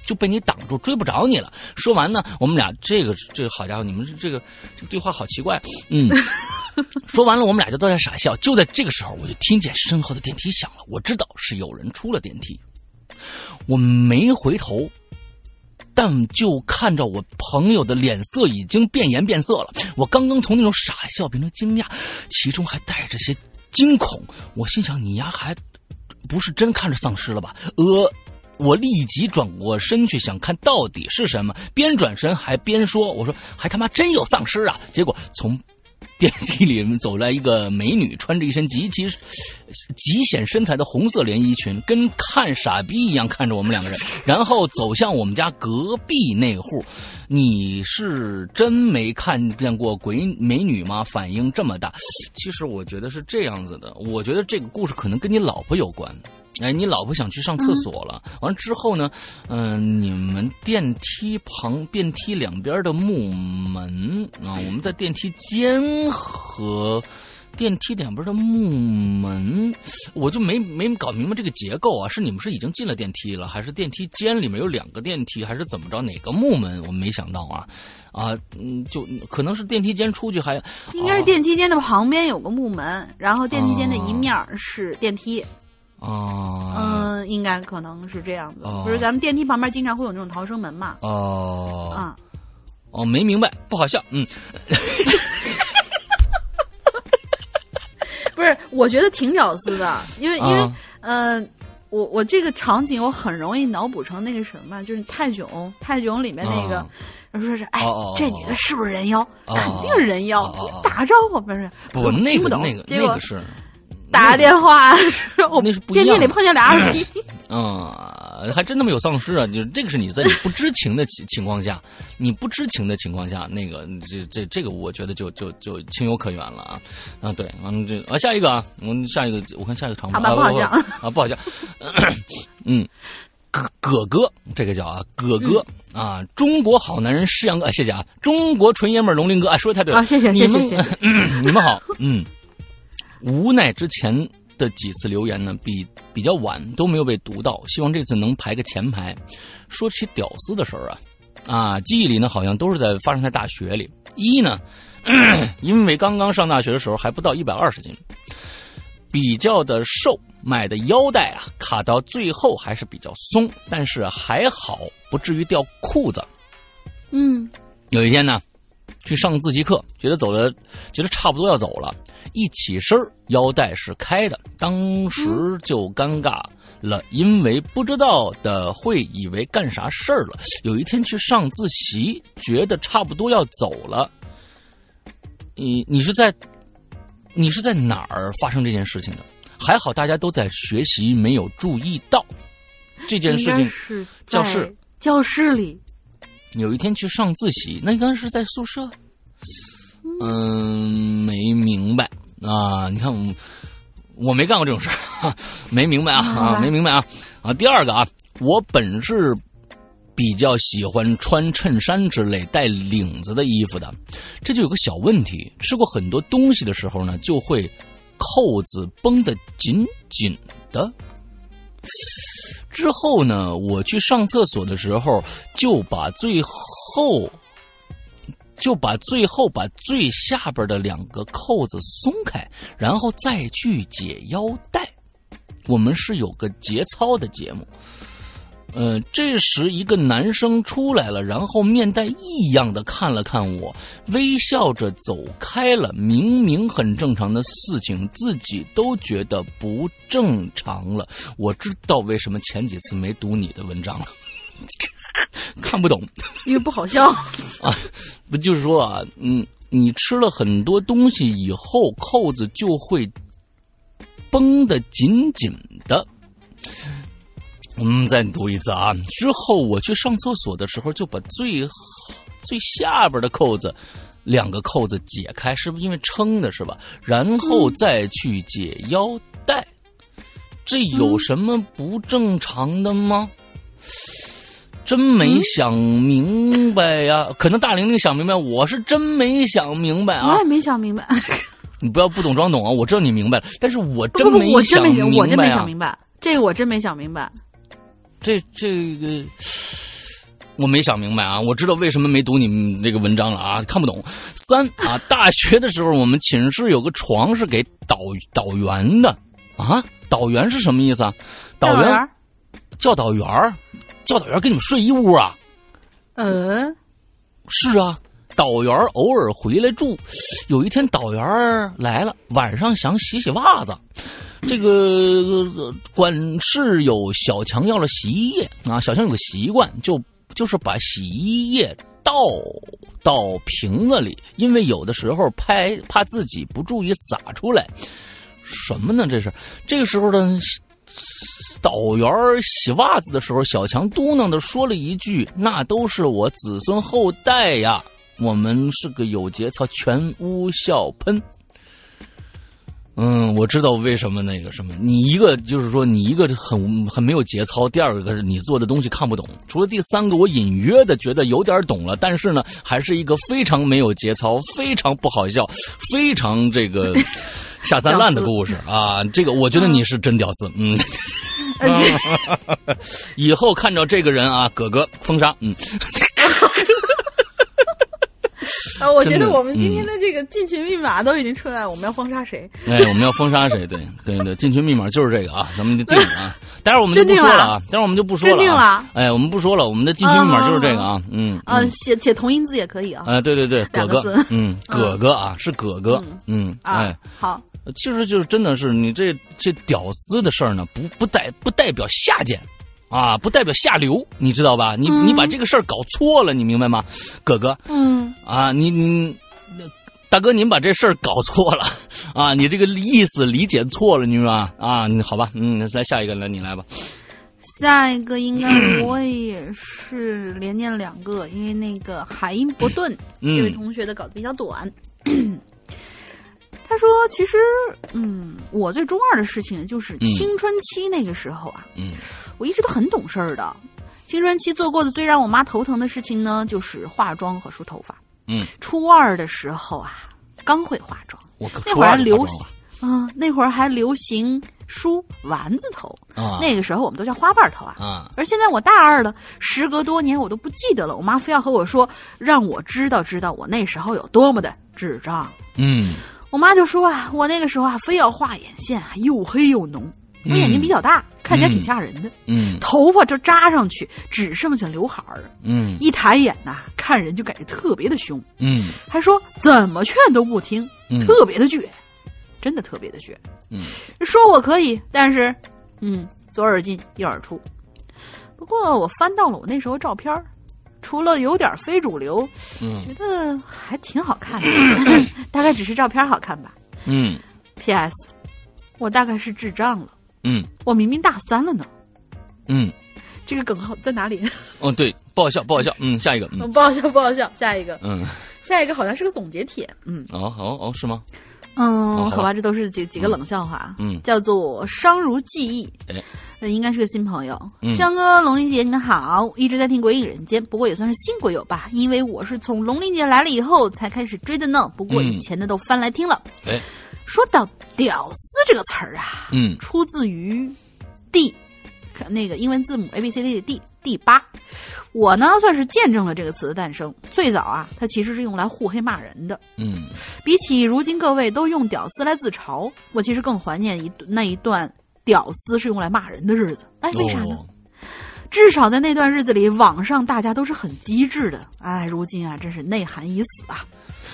就被你挡住，追不着你了。说完呢，我们俩这个好家伙，你们这个对话好奇怪。说完了，我们俩就都在傻笑。就在这个时候，我就听见身后的电梯响了，我知道是有人出了电梯。我没回头，但就看着我朋友的脸色已经变颜变色了。我刚刚从那种傻笑变成惊讶，其中还带着些惊恐。我心想，你丫还不是真看着丧尸了吧？我立即转过身去想看到底是什么，边转身还边说，我说还他妈真有丧尸啊！结果从电梯里走来一个美女，穿着一身极显身材的红色连衣裙，跟看傻逼一样看着我们两个人，然后走向我们家隔壁那户。你是真没看见过鬼美女吗？反应这么大。其实我觉得是这样子的，我觉得这个故事可能跟你老婆有关。你老婆想去上厕所了，完了之后呢，你们电梯两边的木门啊，我们在电梯间和电梯两边的木门，我就没搞明白这个结构啊，是你们是已经进了电梯了，还是电梯间里面有2个电梯，还是怎么着？哪个木门？我没想到就可能是电梯间出去还应该是电梯间的旁边有个木门，然后电梯间的一面是电梯。应该可能是这样子。比如咱们电梯旁边经常会有那种逃生门嘛。 没明白，不好笑。 不是，我觉得挺屌丝的，因为我这个场景我很容易脑补成那个什么，就是泰囧里面那个。说是这女的是不是人妖？肯定是人妖。打个招呼不是？ 不，那个是。 打个电话， 那是不一样。 电梯里碰见俩二逼， 还真他妈有丧尸啊！就这个是你在你不知情的情况下，那个这个我觉得就情有可原了啊！对，下一个啊，我看下一个长不好笑不好笑，葛哥，这个叫葛哥啊，中国好男人施阳哥，谢谢啊，中国纯爷们龙鳞哥，说的太对了， 谢谢， 你们好，无奈之前的几次留言呢，比较晚都没有被读到，希望这次能排个前排。说起屌丝的事儿记忆里呢好像都是发生在大学里。呢，因为刚刚上大学的时候还不到120斤，比较的瘦，买的腰带卡到最后还是比较松，但是还好不至于掉裤子。有一天呢，去上自习课，觉得差不多要走了，一起身腰带是开的，当时就尴尬了，因为不知道的会以为干啥事儿了。有一天去上自习，觉得差不多要走了。你是在哪儿发生这件事情的？还好大家都在学习，没有注意到这件事情。 是教室里。 有一天去上自习，那应该是在宿舍。没明白啊！你看我没干过这种事儿，没明白没明白啊！第二个我本是比较喜欢穿衬衫之类带领子的衣服的，这就有个小问题，吃过很多东西的时候呢，就会扣子绷得紧紧的。之后呢，我去上厕所的时候，就把最后把最下边的2个扣子松开，然后再去解腰带。我们是有个节操的节目。这时一个男生出来了，然后面带异样的看了看我，微笑着走开了。明明很正常的事情，自己都觉得不正常了。我知道为什么前几次没读你的文章了，看不懂， 因为不好笑不就是说你吃了很多东西以后，扣子就会绷得紧紧的。我们再读一次之后我去上厕所的时候，就把最下边的扣子2个扣子解开，是不是因为撑的是吧？然后再去解腰带。这有什么不正常的吗？真没想明白呀。可能大玲玲想明白，我是真没想明白我也没想明白。 你不要不懂装懂我知道你明白了，但是我真没想明白。 我真没想明白，这个我真没想明白。 这个我没想明白啊，我知道为什么没读你们这个文章了啊，看不懂。3啊，大学的时候我们寝室有个床是给导员的啊，导员是什么意思啊？导员教导员跟你们睡一屋啊？是啊，导员偶尔回来住。有一天导员来了，晚上想洗袜子。这个管事有小强要了洗衣液啊，小强有个习惯，就是把洗衣液倒到瓶子里，因为有的时候怕自己不注意洒出来。什么呢？这个时候呢，导员洗袜子的时候，小强嘟囔的说了一句：“那都是我子孙后代呀。”我们是个有节操，全屋笑喷。我知道为什么那个什么，你一个就是说你一个很没有节操，第二个是你做的东西看不懂，除了第3个我隐约的觉得有点懂了，但是呢还是一个非常没有节操，非常不好笑，非常这个下三滥的故事啊！这个我觉得你是真屌丝，以后看着这个人啊，哥哥封杀， 我觉得我们今天的这个进群密码都已经出来了，我们要封杀谁？ 我们要封杀谁？对，进群密码就是这个啊，咱们就定了啊。待会儿我们就不说了啊，待会儿我们就不说了。 定了。 我们不说了，我们的进群密码就是这个啊。 写同音字也可以啊。 对，哥哥，哥哥啊，是哥哥， 好。 其实就是真的是你这屌丝的事儿呢，不代表下贱。啊，不代表下流，你知道吧？你把这个事儿搞错了，你明白吗，哥哥？你大哥，您把这事儿搞错了啊！你这个意思理解错了，你说啊？好吧，来下一个，你来吧。 下一个应该我也是连念2个，因为那个海因伯顿这位同学的稿子比较短。他说：“其实，我最中二的事情就是青春期那个时候啊，我一直都很懂事儿的。青春期做过的最让我妈头疼的事情呢，就是化妆和梳头发。初2的时候啊，刚会化妆，那会儿还流行梳丸子头啊，那个时候我们都叫花瓣头啊。而现在我大2了，时隔多年我都不记得了。我妈非要和我说，让我知道我那时候有多么的智障。我妈就说啊，我那个时候啊，非要画眼线，又黑又浓。我眼睛比较大，看起来挺吓人的。头发就扎上去，只剩下刘海儿。一抬眼呐，看人就感觉特别的凶。还说怎么劝都不听，特别的倔，真的特别的倔。说我可以，但是，左耳进右耳出。不过我翻到了我那时候照片，除了有点非主流，觉得还挺好看的。大概只是照片好看吧。P.S. 我大概是智障了。我明明大3了呢。这个梗号在哪里？ 对，不好笑。下一个。 不好笑。下一个。下一个好像是个总结帖。 是吗？ 好吧，这都是几个冷笑话。叫做伤如记忆。应该是个新朋友。香哥，龙鳞姐你们好，一直在听鬼影人间，不过也算是新鬼友吧，因为我是从龙鳞姐来了以后才开始追的呢，不过以前的都翻来听了。说到屌丝这个词儿啊，出自于那个英文字母 ABCD 的第8。我呢算是见证了这个词的诞生。最早啊，它其实是用来互黑骂人的。比起如今各位都用屌丝来自嘲，我其实更怀念那一段屌丝是用来骂人的日子。为啥呢？至少在那段日子里，网上大家都是很机智的。如今啊，真是内涵已死啊。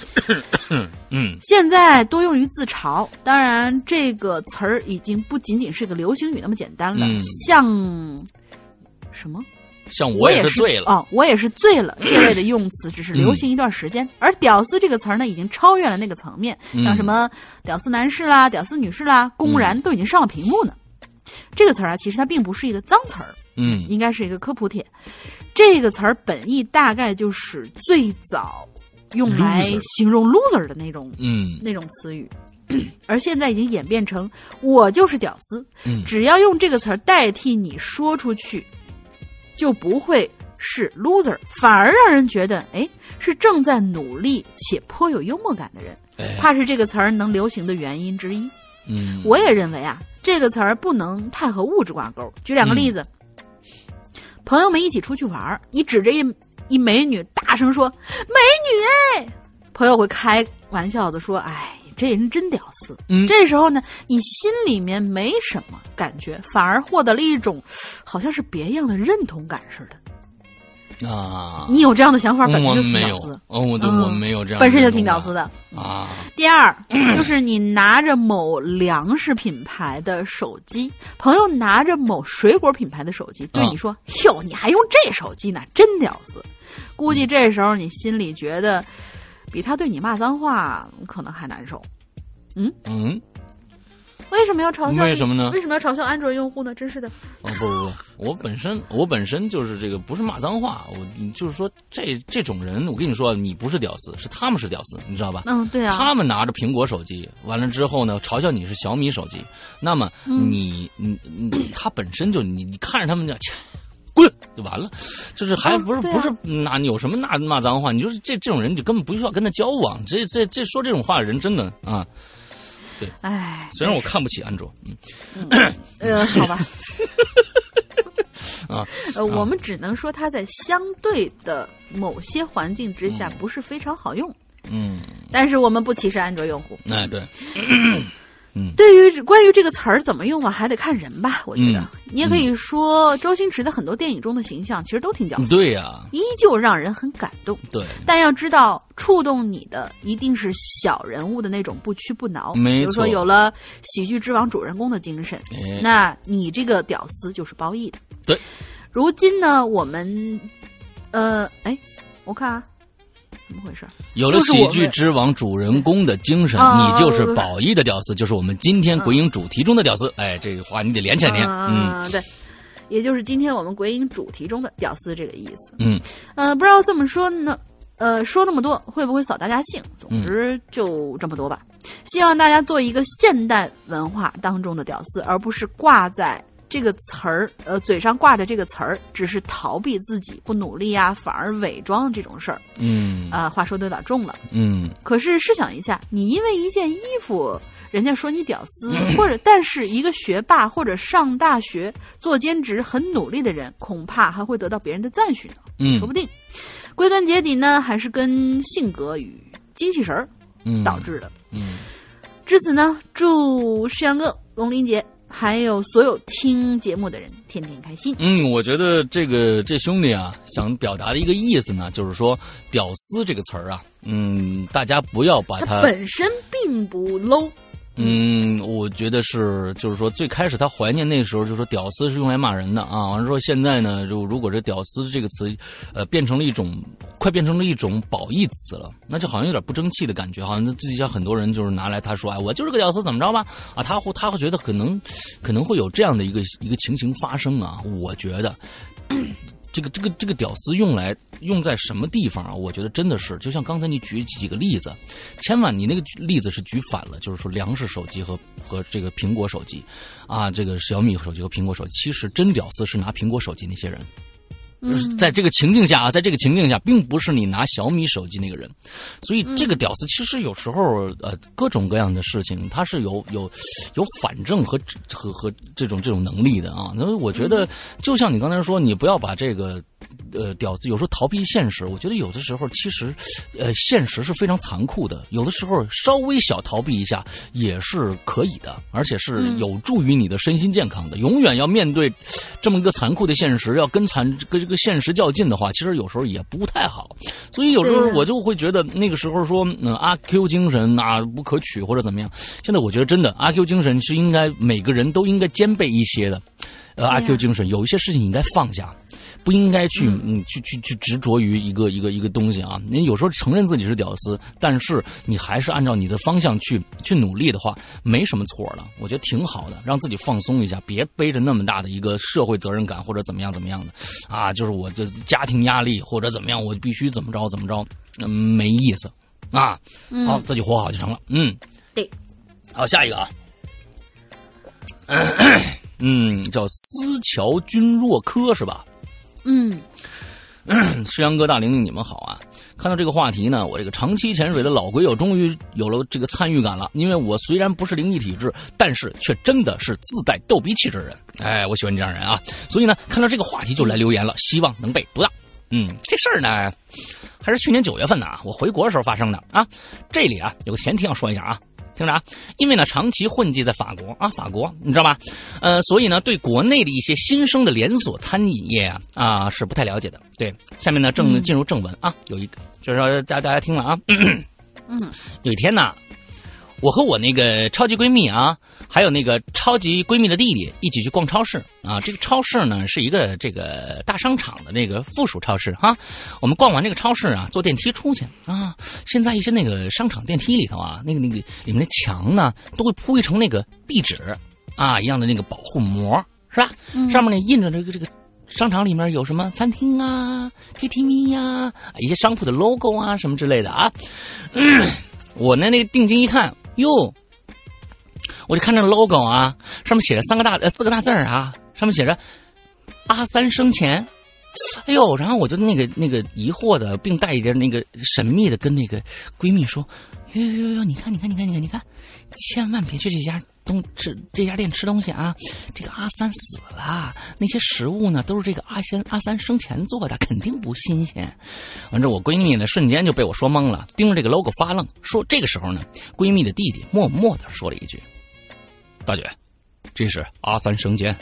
现在多用于自嘲，当然这个词儿已经不仅仅是个流行语那么简单了。像什么？ 像我也是醉了我也是醉了这类的用词只是流行一段时间，而屌丝这个词儿呢，已经超越了那个层面，像什么屌丝男士啦、屌丝女士啦，公然都已经上了屏幕呢。这个词儿啊，其实它并不是一个脏词儿，应该是一个科普帖。这个词儿本意大概就是最早用来形容 loser 的那种词语，而现在已经演变成我就是屌丝，只要用这个词儿代替你说出去，就不会是 loser， 反而让人觉得是正在努力且颇有幽默感的人，怕是这个词儿能流行的原因之一。我也认为啊，这个词儿不能太和物质挂钩。举2个例子。 朋友们一起出去玩，你指着一美女大声说美女哎，朋友会开玩笑的说哎，这人真屌丝。这时候呢，你心里面没什么感觉，反而获得了一种好像是别样的认同感似的。你有这样的想法，本身就挺屌丝。 我没有这样， 本身就挺屌丝的啊。 第二，就是你拿着某粮食品牌的手机，朋友拿着某水果品牌的手机，对你说：“哟，你还用这手机呢，真屌丝。”估计这时候你心里觉得，比他对你骂脏话可能还难受。为什么要嘲笑？ 为什么呢？ 为什么要嘲笑安卓用户呢？真是的。 不，我本身就是这个不是骂脏话，我就是说这种人，我跟你说，你不是屌丝，是他们是屌丝，你知道吧？ 对啊。 他们拿着苹果手机，完了之后呢，嘲笑你是小米手机，那么他本身就你看着他们就滚就完了，就是还不是那你有什么骂脏话？你就是这种人，你就根本不需要跟他交往。这说这种话的人真的啊。对， 哎， 虽然我看不起安卓， 好吧，我们只能说它在相对的某些环境之下不是非常好用，但是我们不歧视安卓用户， 哎，对， 对于关于这个词儿怎么用啊，还得看人吧。我觉得你也可以说，周星驰在很多电影中的形象其实都挺屌丝， 对呀， 依旧让人很感动。 对， 但要知道，触动你的一定是小人物的那种不屈不挠。 没错， 比如说有了喜剧之王主人公的精神，那你这个屌丝就是褒义的。 对， 如今呢，我们我看啊。怎么回事？ 有了喜剧之王主人公的精神，你就是褒义的屌丝，就是我们今天鬼影主题中的屌丝。哎，这个话你得连起来念。 对，也就是今天我们鬼影主题中的屌丝这个意思。不知道这么说呢，说那么多会不会扫大家兴？总之就这么多吧。希望大家做一个现代文化当中的屌丝，而不是挂在这个词儿，嘴上挂着这个词儿，只是逃避自己不努力啊，反而伪装这种事儿。话说的有点重了。可是试想一下，你因为一件衣服，人家说你屌丝，但是一个学霸或者上大学做兼职很努力的人，恐怕还会得到别人的赞许呢。说不定。归根结底呢，还是跟性格与精气神儿导致的。至此呢，祝世阳哥、龙鳞姐还有所有听节目的人天天开心。 我觉得这兄弟啊，想表达的一个意思呢，就是说屌丝这个词儿啊，大家不要把它本身并不 low。 我觉得就是说最开始他怀念那时候就说屌丝是用来骂人的啊，完了说现在呢，如果这屌丝这个词快变成了一种褒义词了，那就好像有点不争气的感觉，好像自己像很多人就是拿来他说，哎，我就是个屌丝怎么着吧啊，他会觉得可能会有这样的一个情形发生啊。我觉得这个屌丝用在什么地方啊？我觉得真的是，就像刚才你举几个例子，千万你那个例子是举反了，就是说粮食手机和这个苹果手机，啊，这个小米手机和苹果手机，其实真屌丝是拿苹果手机那些人。就是在这个情境下并不是你拿小米手机那个人，所以这个屌丝其实有时候各种各样的事情，它是有反证和这种能力的啊。那我觉得就像你刚才说，你不要把这个屌丝有时候逃避现实，我觉得有的时候其实现实是非常残酷的，有的时候稍微小逃避一下也是可以的，而且是有助于你的身心健康的。永远要面对这么一个残酷的现实，要跟这个现实较劲的话，其实有时候也不太好。所以有时候我就会觉得那个时候说阿 Q 精神不可取或者怎么样，现在我觉得真的阿 Q 精神是应该每个人都应该兼备一些的。阿 Q 精神有一些事情应该放下，不应该去执着于一个东西啊。你有时候承认自己是屌丝，但是你还是按照你的方向去努力的话，没什么错了。我觉得挺好的，让自己放松一下，别背着那么大的一个社会责任感或者怎么样的啊。就是我这家庭压力或者怎么样，我必须怎么着，没意思啊。好，自己活好就成了。 对。 好，下一个啊。叫思乔君若科是吧？世阳哥大玲玲你们好啊。看到这个话题呢，我这个长期潜水的老鬼友终于有了这个参与感了。因为我虽然不是灵异体质，但是却真的是自带逗逼气质的人哎，我喜欢这样人啊。所以呢，看到这个话题就来留言了，希望能被读到。这事儿呢，还是去年9月份呢，我回国的时候发生的啊。这里啊有个前提要说一下啊，听着啊，因为呢长期混迹在法国你知道吧？所以呢对国内的一些新生的连锁餐饮业啊是不太了解的。对，下面呢进入正文啊，有一个就是说大家听了啊，有一天呢，我和我那个超级闺蜜啊，还有那个超级闺蜜的弟弟一起去逛超市啊。这个超市呢是一个这个大商场的那个附属超市哈。我们逛完这个超市啊，坐电梯出去啊。现在一些那个商场电梯里头啊，那个里面的墙呢都会铺一层那个壁纸啊一样的那个保护膜，是吧？上面呢印着这个商场里面有什么餐厅啊、KTV 呀、一些商铺的 logo 啊什么之类的啊。我呢那个定睛一看，哟，我就看那个 logo 啊，上面写着4个大字啊，上面写着阿三生前。哎呦，然后我就那个疑惑的，并带一点那个神秘的跟那个闺蜜说，哟，你看，千万别去这家店吃东西啊！这个阿三死了，那些食物呢都是这个阿三生前做的，肯定不新鲜。完之后我闺蜜呢瞬间就被我说懵了，盯着这个 logo 发愣。说这个时候呢，闺蜜的弟弟默默的说了一句：“大姐，这是阿三生前。”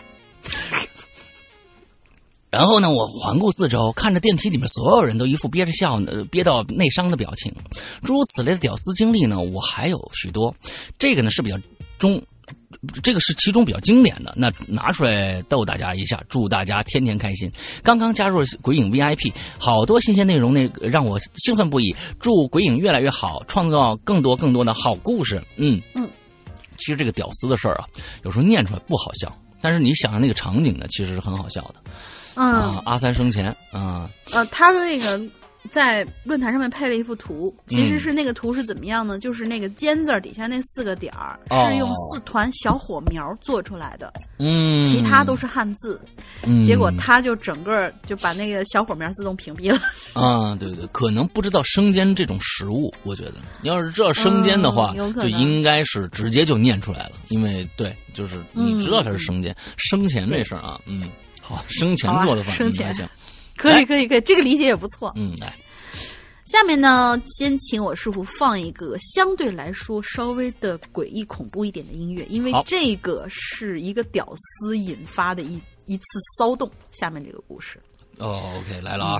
然后呢，我环顾四周，看着电梯里面所有人都一副憋着笑、憋到内伤的表情。诸如此类的屌丝经历呢，我还有许多。这个呢是这个是其中比较经典的，那拿出来逗大家一下，祝大家天天开心。刚刚加入鬼影 VIP， 好多新鲜内容让我兴奋不已。祝鬼影越来越好，创造更多的好故事。其实这个屌丝的事儿啊，有时候念出来不好笑，但是你想想那个场景呢，其实是很好笑的。阿三生前他的那个在论坛上面配了一幅图，其实是那个图是怎么样呢？就是那个尖字底下那4个点儿是用4团小火苗做出来的，其他都是汉字，结果他就整个就把那个小火苗自动屏蔽了。 对，可能不知道生煎这种食物，我觉得要是知道生煎的话，就应该是直接就念出来了，因为对，就是你知道它是生煎，生前这事儿啊，好，生前做的饭， 生前行，可以，这个理解也不错。 来， 下面呢，先请我师傅放一个相对来说稍微的诡异恐怖一点的音乐，因为这个是一个屌丝引发的一次骚动。下面这个故事 ，OK 来了啊。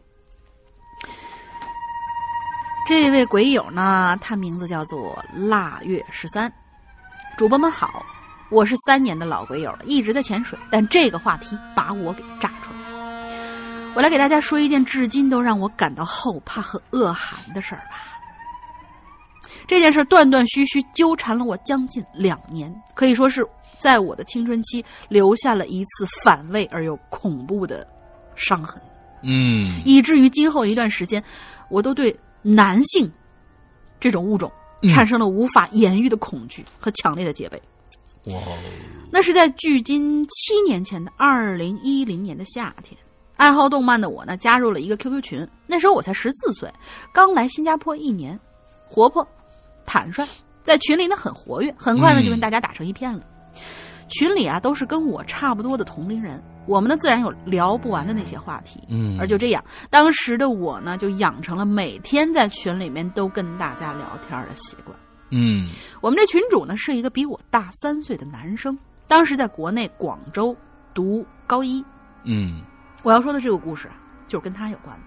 这位鬼友呢，他名字叫做腊月13。主播们好，我是3年的老鬼友了，一直在潜水，但这个话题把我给炸出来。我来给大家说一件至今都让我感到后怕和恶寒的事儿吧。这件事断断续续纠缠了我将近2年，可以说是在我的青春期留下了一次反胃而又恐怖的伤痕。以至于今后一段时间，我都对男性这种物种产生了无法言喻的恐惧和强烈的戒备。那是在距今7年前的2010年的夏天，爱好动漫的我呢，加入了一个 QQ 群。那时候我才14岁，刚来新加坡1年，活泼坦率，在群里呢很活跃，很快呢就跟大家打成一片了。群里啊都是跟我差不多的同龄人，我们呢自然有聊不完的那些话题。而就这样，当时的我呢就养成了每天在群里面都跟大家聊天的习惯。我们这群主呢是一个比我大3岁的男生，当时在国内广州读高1。我要说的这个故事啊，就是跟他有关的。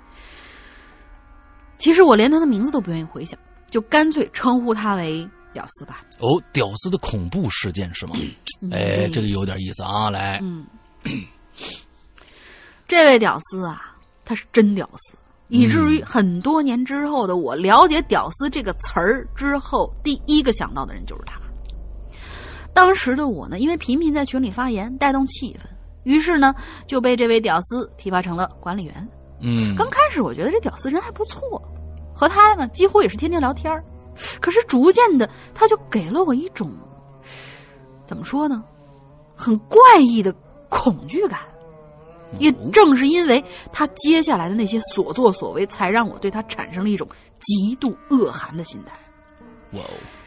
其实我连他的名字都不愿意回想，就干脆称呼他为屌丝吧。 屌丝的恐怖事件是吗？这个有点意思啊，来。 这位屌丝啊，他是真屌丝，以至于很多年之后的我了解屌丝这个词儿之后，第一个想到的人就是他。当时的我呢，因为频频在群里发言带动气氛，于是呢就被这位屌丝提拔成了管理员。刚开始我觉得这屌丝人还不错，和他呢几乎也是天天聊天，可是逐渐的他就给了我一种怎么说呢，很怪异的恐惧感。也正是因为他接下来的那些所作所为，才让我对他产生了一种极度恶寒的心态。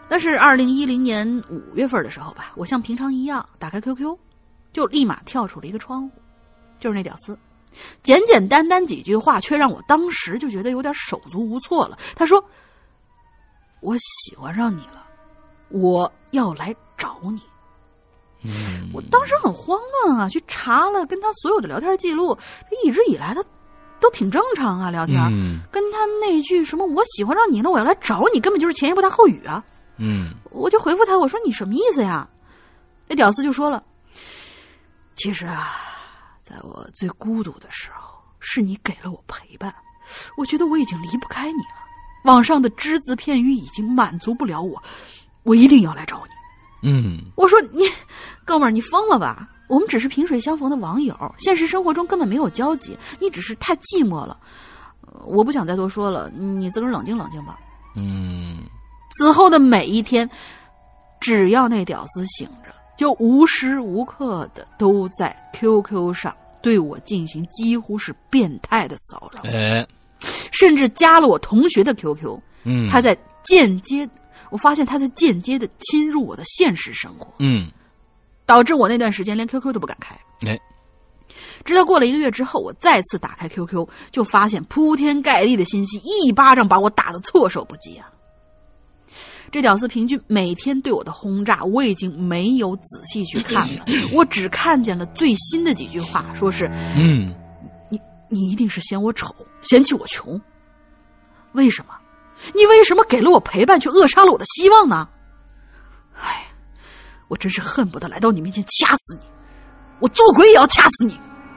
那是2010年5月份的时候吧，我像平常一样打开 QQ， 就立马跳出了一个窗户，就是那屌丝。简简单单几句话，却让我当时就觉得有点手足无措了。他说：“我喜欢上你了，我要来找你。”我当时很慌乱啊，去查了跟他所有的聊天记录，一直以来他都挺正常啊，聊天，跟他那句什么“我喜欢上你了，我要来找你”，根本就是前言不搭后语啊。我就回复他，我说：“你什么意思呀？”那屌丝就说了：“其实啊，在我最孤独的时候，是你给了我陪伴，我觉得我已经离不开你了。网上的只字片语已经满足不了我，我一定要来找你。”我说：“你哥们儿，你疯了吧？我们只是萍水相逢的网友，现实生活中根本没有交集，你只是太寂寞了。我不想再多说了，你自个儿冷静冷静吧。”此后的每一天，只要那屌丝醒着，就无时无刻的都在 QQ 上对我进行几乎是变态的骚扰，甚至加了我同学的 QQ。他在我发现他在间接的侵入我的现实生活，导致我那段时间连 QQ 都不敢开。直到过了1个月之后，我再次打开 QQ， 就发现铺天盖地的信息，一巴掌把我打得措手不及啊！这屌丝平均每天对我的轰炸，我已经没有仔细去看了，我只看见了最新的几句话，说是你一定是嫌我丑，嫌弃我穷。为什么？你为什么给了我陪伴，却扼杀了我的希望呢？哎，我真是恨不得来到你面前掐死你，我做鬼也要掐死你。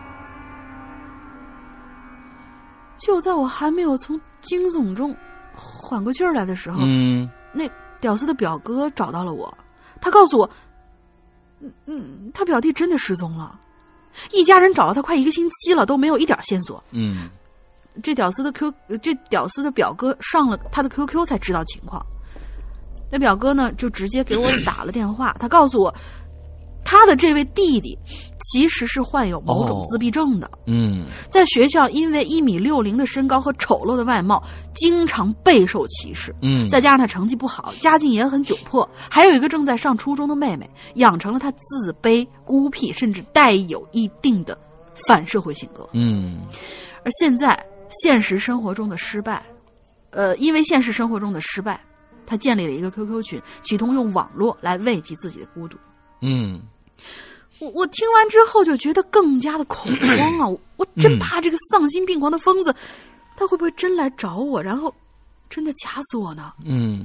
就在我还没有从惊悚中缓过劲儿来的时候，那屌丝的表哥找到了我，他告诉我，他表弟真的失踪了，一家人找了他快1个星期了，都没有一点线索。这屌丝的表哥上了他的 QQ 才知道情况。那表哥呢，就直接给我打了电话，他告诉我，他的这位弟弟其实是患有某种自闭症的。在学校因为1.60米的身高和丑陋的外貌，经常备受歧视。再加上他成绩不好，家境也很窘迫，还有一个正在上初中的妹妹，养成了他自卑、孤僻，甚至带有一定的反社会性格。而现在现实生活中的失败，因为现实生活中的失败，他建立了一个 QQ 群，企图用网络来慰藉自己的孤独。我听完之后就觉得更加的恐慌啊！我真怕这个丧心病狂的疯子，他会不会真来找我，然后真的掐死我呢？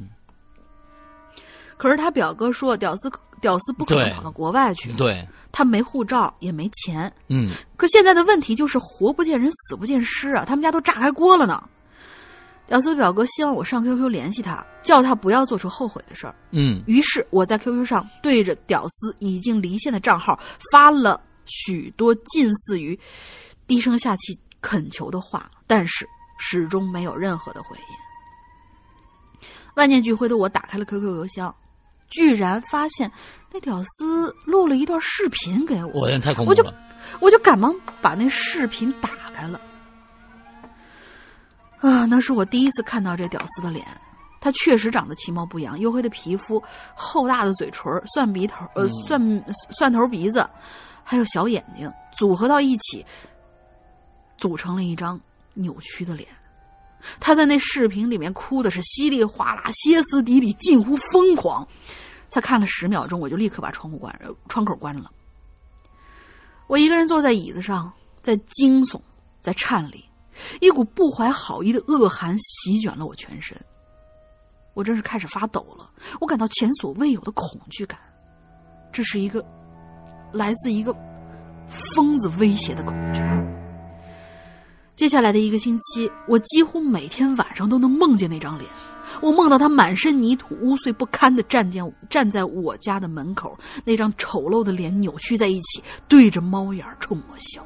可是他表哥说，屌丝不可能跑到国外去， 对， 他没护照也没钱。可现在的问题就是活不见人，死不见尸啊！他们家都炸开锅了呢。屌丝的表哥希望我上 QQ 联系他，叫他不要做出后悔的事儿。于是我在 QQ 上对着屌丝已经离线的账号发了许多近似于低声下气恳求的话，但是始终没有任何的回音。万念俱灰的我打开了 QQ 邮箱，居然发现那屌丝录了一段视频给我， 太恐怖了！ 我就赶忙把那视频打开了。那是我第一次看到这屌丝的脸，他确实长得其貌不扬，黝黑的皮肤，厚大的嘴唇，蒜头鼻子，还有小眼睛，组合到一起，组成了一张扭曲的脸。他在那视频里面哭的是稀里哗啦、歇斯底里，近乎疯狂。才看了10秒钟，我就立刻把窗口关了。我一个人坐在椅子上，在惊悚，在颤栗，一股不怀好意的恶寒席卷了我全身。我真是开始发抖了，我感到前所未有的恐惧感，这是一个来自一个疯子威胁的恐惧。接下来的1个星期，我几乎每天晚上都能梦见那张脸。我梦到他满身泥土、污秽不堪地站在我家的门口，那张丑陋的脸扭曲在一起，对着猫眼冲我笑。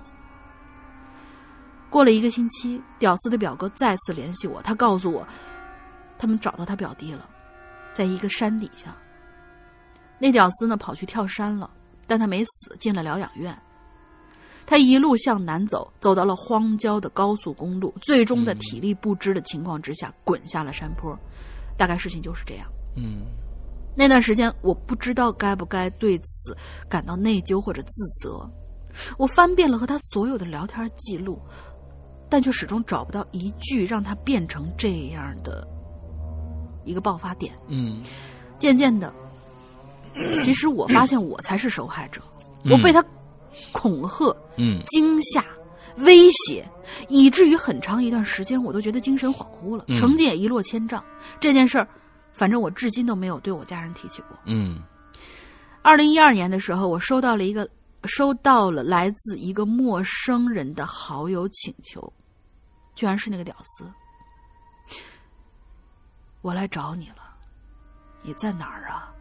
过了1个星期，屌丝的表哥再次联系我，他告诉我，他们找到他表弟了，在一个山底下。那屌丝呢，跑去跳山了，但他没死，进了疗养院。他一路向南走，走到了荒郊的高速公路，最终在体力不支的情况之下滚下了山坡。大概事情就是这样。 那段时间我不知道该不该对此感到内疚或者自责，我翻遍了和他所有的聊天记录，但却始终找不到一句让他变成这样的一个爆发点。渐渐的，其实我发现我才是受害者，我被他恐吓、惊吓、威胁，以至于很长一段时间我都觉得精神恍惚了，成绩也一落千丈。这件事儿，反正我至今都没有对我家人提起过。2012年的时候，我收到了来自一个陌生人的好友请求，居然是那个屌丝。我来找你了，你在哪儿啊？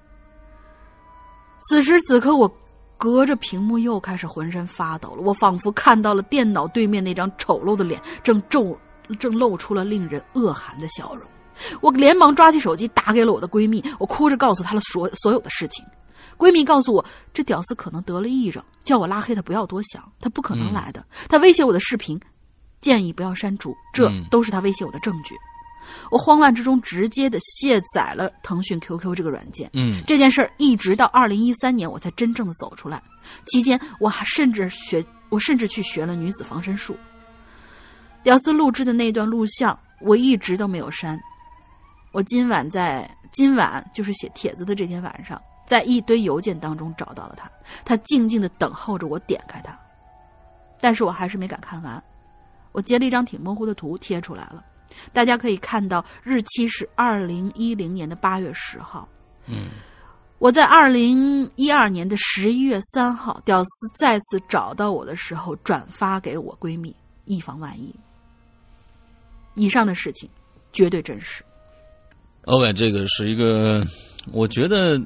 此时此刻，我隔着屏幕又开始浑身发抖了。我仿佛看到了电脑对面那张丑陋的脸，正露出了令人恶寒的笑容。我连忙抓起手机打给了我的闺蜜，我哭着告诉她了所有的事情。闺蜜告诉我，这屌丝可能得了癔症，叫我拉黑他，不要多想，他不可能来的。他威胁我的视频，建议不要删除，这都是他威胁我的证据。我慌乱之中直接的卸载了腾讯 QQ 这个软件。这件事儿一直到2013年我才真正的走出来，期间我甚至去学了女子防身术。屌丝录制的那段录像我一直都没有删。我今晚就是写帖子的这天晚上，在一堆邮件当中找到了他，他静静的等候着我点开他，但是我还是没敢看完。我截了一张挺模糊的图贴出来了，大家可以看到日期是2010年的8月10号。我在2012年的11月3号，屌丝再次找到我的时候转发给我闺蜜，以防万一。以上的事情绝对真实。 OK， 这个是一个，我觉得，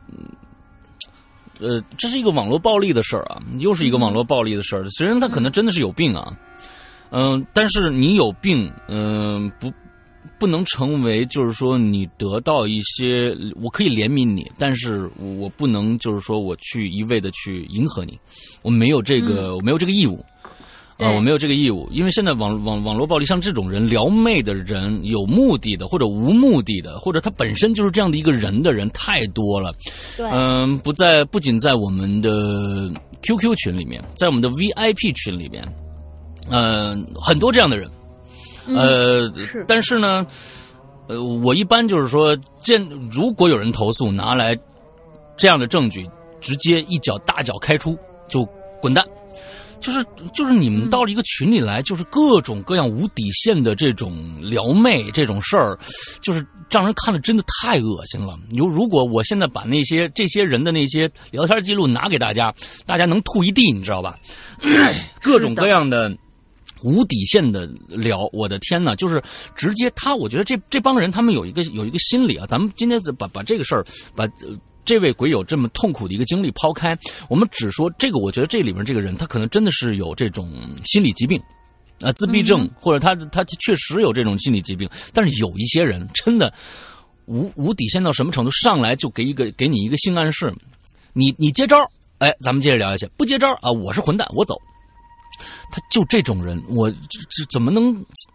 这是一个网络暴力的事儿啊，又是一个网络暴力的事儿。虽然他可能真的是有病啊，但是你有病，不能成为就是说你得到一些，我可以怜悯你，但是我不能就是说我去一味的去迎合你，我没有这个义务。我没有这个义务，因为现在网络暴力，像这种人撩妹的人，有目的的或者无目的的，或者他本身就是这样的一个人的人太多了。对，不仅在我们的 QQ 群里面，在我们的 VIP 群里面，很多这样的人。但是呢，我一般就是说，如果有人投诉，拿来这样的证据，直接一脚大脚开出，就滚蛋。就是你们到了一个群里来，就是各种各样无底线的这种撩妹这种事儿，就是让人看了真的太恶心了。如果我现在把这些人的那些聊天记录拿给大家能吐一地，你知道吧？各种各样的无底线的聊，我的天哪！就是直接我觉得这帮人他们有一个心理啊。咱们今天把这个事儿这位鬼友这么痛苦的一个经历抛开，我们只说这个，我觉得这里面这个人他可能真的是有这种心理疾病，自闭症，或者他确实有这种心理疾病。但是有一些人真的无底线到什么程度，上来就给你一个性暗示，你接招，咱们接着聊下去，不接招啊，我是混蛋，我走。他就这种人，我这怎么能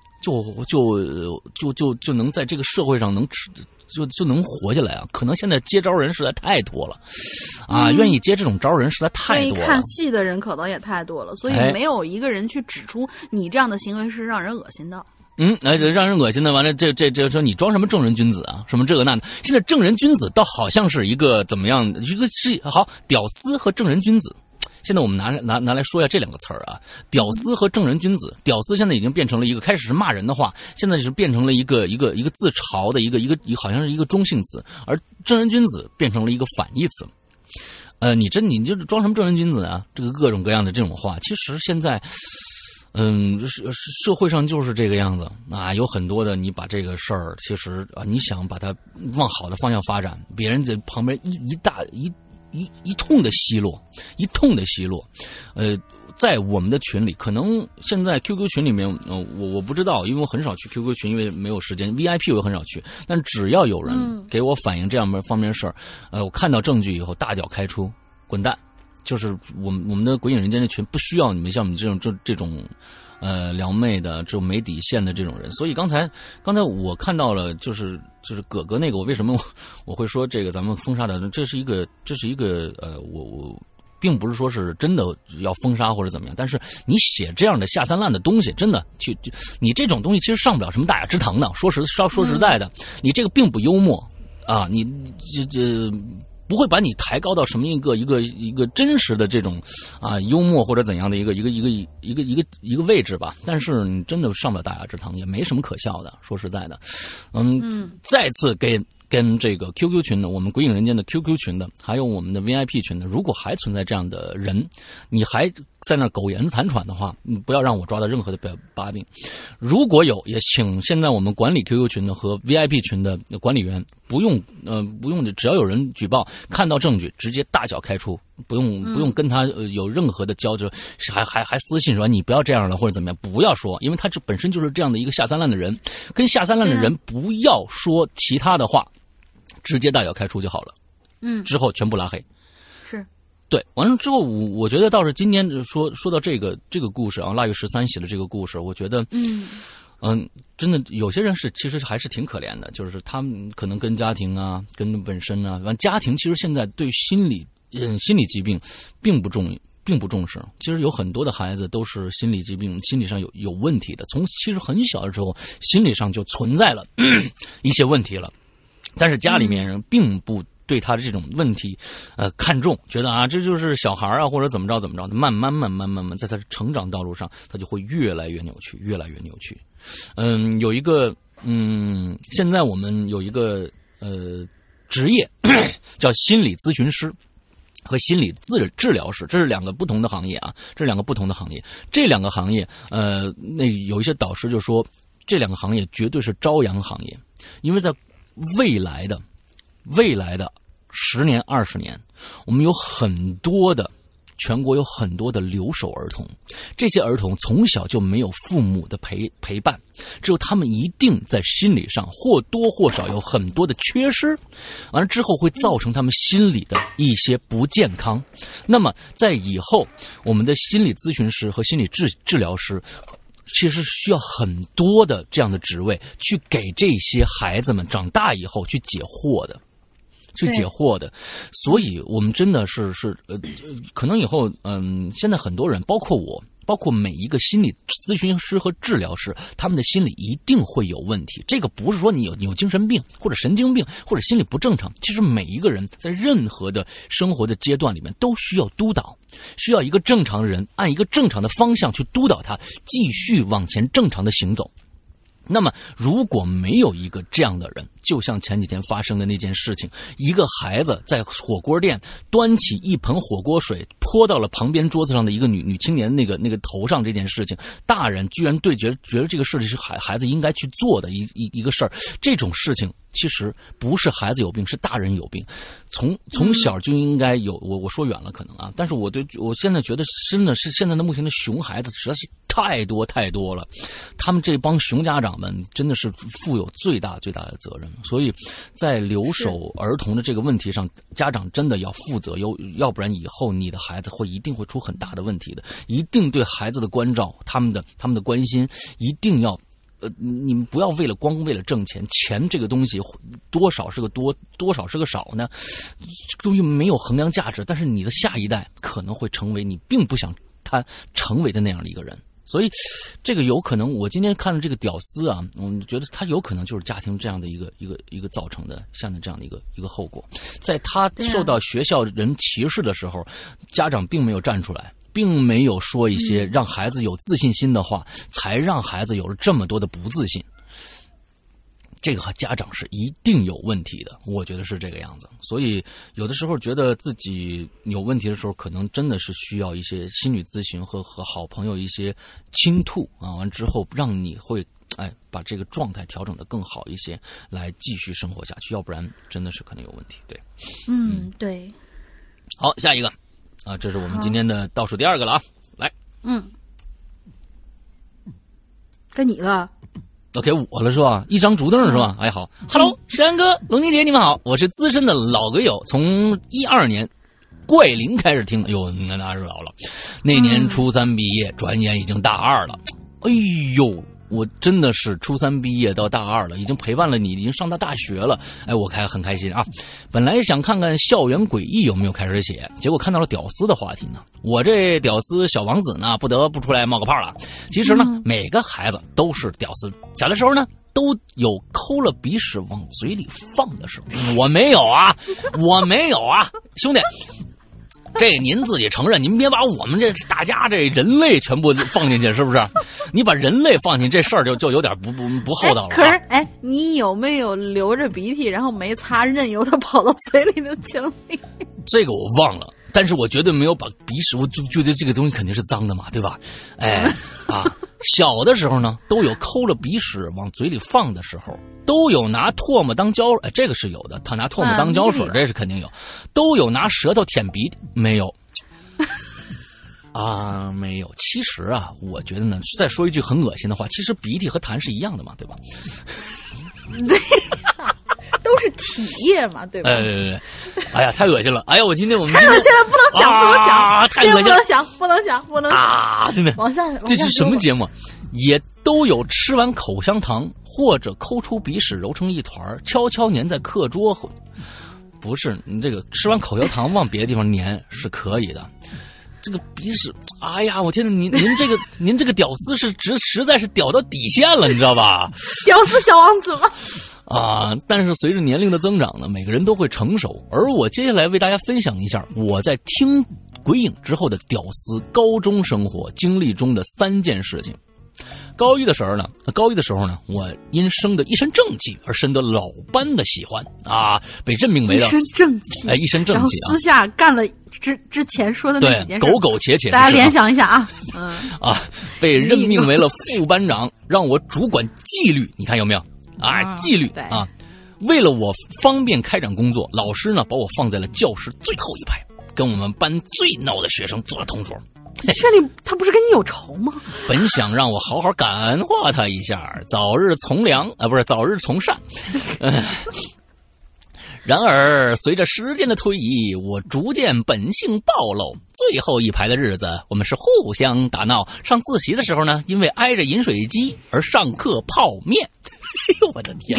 就能在这个社会上就能活下来啊？可能现在接招人实在太多了，愿意接这种招人实在太多了。愿意看戏的人可能也太多了，所以没有一个人去指出你这样的行为是让人恶心的。 让人恶心的。完了，这说你装什么正人君子啊？什么这个那的？现在正人君子倒好像是一个怎么样？一个是好屌丝和正人君子。现在我们拿来说一下这两个词儿啊，屌丝和正人君子。屌丝现在已经变成了一个，开始是骂人的话，现在是变成了一个自嘲的一个好像是一个中性词，而正人君子变成了一个反义词。你就是装什么正人君子啊？这个各种各样的这种话，其实现在，社会上就是这个样子啊。有很多的，你把这个事儿，其实你想把它往好的方向发展，别人在旁边一通的奚落，在我们的群里，可能现在 QQ 群里面，我不知道，因为我很少去 QQ 群，因为没有时间。VIP 我很少去，但只要有人给我反映这样方面的事儿，我看到证据以后大脚开出，滚蛋， 就是我们的鬼影人间的群不需要你们像我们这种撩妹的这种没底线的这种人。所以刚才我看到了，就是葛哥那个，我为什么我会说这个咱们封杀的，这是一个我并不是说是真的要封杀或者怎么样，但是你写这样的下三滥的东西，真的你这种东西其实上不了什么大雅之堂的。说实在的，你这个并不幽默啊，你这不会把你抬高到什么一个真实的这种啊幽默或者怎样的一个位置吧。但是你真的上不了大雅之堂，也没什么可笑的。说实在的，再次跟这个 QQ 群的，我们鬼影人间的 QQ 群的，还有我们的 VIP 群的，如果还存在这样的人，你还在那苟延残喘的话，你不要让我抓到任何的把柄。如果有，也请现在我们管理 QQ 群的和 VIP 群的管理员不用只要有人举报，看到证据直接大脚开除，不用跟他有任何的交流，还私信说你不要这样了或者怎么样，不要说，因为他这本身就是这样的一个下三滥的人，跟下三滥的人不要说其他的话，直接大脚开除就好了。之后全部拉黑。 是。 对，完了之后，我觉得倒是今天说到这个故事啊，腊月13写的这个故事，我觉得，真的有些人其实还是挺可怜的，就是他们可能跟家庭啊，跟本身啊，完家庭其实现在对心理疾病并不重视。其实有很多的孩子都是心理疾病，心理上有问题的，从其实很小的时候，心理上就存在了一些问题了，但是家里面人并不对他的这种问题，看重，觉得啊，这就是小孩啊，或者怎么着，慢慢，在他的成长道路上，他就会越来越扭曲。有一个，现在我们有一个职业叫心理咨询师和心理治疗师，这是两个不同的行业啊，这两个行业，那有一些导师就说，这两个行业绝对是朝阳行业，因为在未来的10年、20年，我们有全国有很多的留守儿童，这些儿童从小就没有父母的陪伴，只有他们一定在心理上或多或少有很多的缺失，完了之后会造成他们心理的一些不健康。那么在以后，我们的心理咨询师和心理治疗师其实需要很多的这样的职位，去给这些孩子们长大以后去解惑的。所以我们真的是可能以后现在很多人，包括每一个心理咨询师和治疗师，他们的心理一定会有问题。这个不是说你有精神病或者神经病或者心理不正常，其实每一个人在任何的生活的阶段里面都需要督导，需要一个正常人按一个正常的方向去督导他继续往前正常的行走。那么如果没有一个这样的人，就像前几天发生的那件事情，一个孩子在火锅店端起一盆火锅水泼到了旁边桌子上的一个女青年那个头上，这件事情，大人居然觉得这个事情是孩子应该去做的一个事儿。这种事情其实不是孩子有病，是大人有病，从小就应该有。我说远了可能啊，但是我现在觉得真的是现在的目前的熊孩子实在是太多了，他们这帮熊家长们真的是负有最大的责任。所以在留守儿童的这个问题上，家长真的要负责，要不然以后你的孩子一定会出很大的问题的。一定对孩子的关照，他们的关心一定要你们不要为了挣钱这个东西多少是个多少是个少呢？这个东西没有衡量价值，但是你的下一代可能会成为你并不想他成为的那样的一个人。所以这个有可能，我今天看了这个屌丝啊，我觉得他有可能就是家庭这样的一个造成的现在这样的一个后果。在他受到学校人歧视的时候，家长并没有站出来，并没有说一些让孩子有自信心的话，才让孩子有了这么多的不自信。这个家长是一定有问题的，我觉得是这个样子。所以有的时候觉得自己有问题的时候，可能真的是需要一些心理咨询和好朋友一些倾吐啊，完之后让你会把这个状态调整得更好一些，来继续生活下去，要不然真的是可能有问题。对， 对。 好，下一个啊，这是我们今天的倒数第二个了啊，来， 该你了。 OK， 我了是吧？一张竹凳是吧？哎，好 ，Hello， 山哥、龙妮姐，你们好，我是资深的老鬼友，从12年怪林开始听，哟，那是老了。那年初3毕业，转眼已经大2了。哎呦，我真的是初3毕业到大2了，已经陪伴了你，已经上到大学了。哎，我很开心啊！本来想看看校园诡异有没有开始写，结果看到了屌丝的话题呢。我这屌丝小王子呢，不得不出来冒个泡了。其实呢，每个孩子都是屌丝，小的时候呢，都有抠了鼻屎往嘴里放的时候。我没有啊，兄弟。这您自己承认，您别把我们这大家这人类全部放进去，是不是？你把人类放进这事儿就有点不厚道了。 可是，你有没有流着鼻涕然后没擦，任由它跑到嘴里的经历？ 这个我忘了，但是我绝对没有把鼻屎，我就觉得这个东西肯定是脏的嘛，对吧？小的时候呢，都有抠了鼻屎往嘴里放的时候，都有拿唾沫当胶，这个是有的，他拿唾沫当胶水，这是肯定有，都有拿舌头舔鼻涕，没有。没有。其实啊，我觉得呢，再说一句很恶心的话，其实鼻涕和痰是一样的嘛，对吧？ 对，都是体液嘛，对吧？ 哎呀，太恶心了！哎呀，我们今天太恶心了，不能想， 太恶心了， 不能想啊！真的， 往下， 这是什么节目？也都有吃完口香糖或者抠出鼻屎揉成一团，悄悄粘在课桌后。不是，你这个吃完口香糖往别的地方粘是可以的。这个鼻屎，哎呀，我天哪！您这个屌丝是实在是屌到底线了，你知道吧？ 屌丝小王子吗？ 但是随着年龄的增长呢，每个人都会成熟。而我接下来为大家分享一下我在听鬼影之后的屌丝高中生活经历中的3件事情。高一的时候呢，我因生的一身正气而深得老班的喜欢被任命为了一身正气， 一身正气然后私下干了之前说的那几件事， 苟苟且且， 大家联想一下被任命为了副班长，让我主管纪律，你看有没有纪律为了我方便开展工作，老师呢把我放在了教室最后一排，跟我们班最闹的学生做了同桌。 确定他不是跟你有仇吗？ 本想让我好好感化他一下，早日从善。然而随着时间的推移，我逐渐本性暴露。最后一排的日子，我们是互相打闹。上自习的时候呢，因为挨着饮水机而上课泡面。哎呦我的天！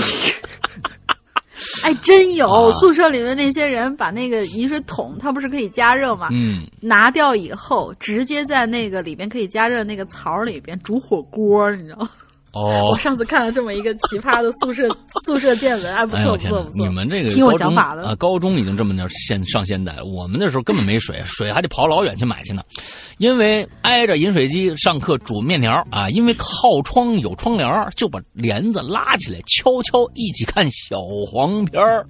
真有宿舍里面那些人把那个饮水桶，它不是可以加热吗？拿掉以后，直接在那个里边可以加热那个槽里边煮火锅，你知道吗？我上次看了这么一个奇葩的宿舍见闻，不错。 你们这个挺有想法的高中已经这么点上现代了，我们那时候根本没水，水还得跑老远去买去呢。因为挨着饮水机上课煮面条因为靠窗有窗帘，就把帘子拉起来，悄悄一起看小黄片儿。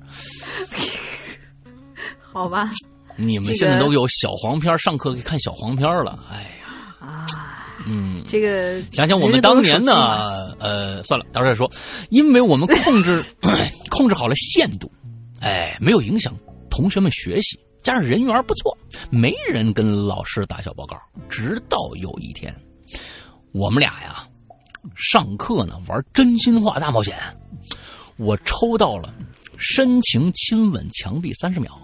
好吧， 你们现在都有小黄片，上课可以看小黄片了。哎呀这个想想我们当年呢，算了，到时候再说。因为我们控制好了限度，没有影响同学们学习，加上人缘不错，没人跟老师打小报告。直到有一天，我们俩上课呢玩真心话大冒险，我抽到了深情亲吻墙壁30秒。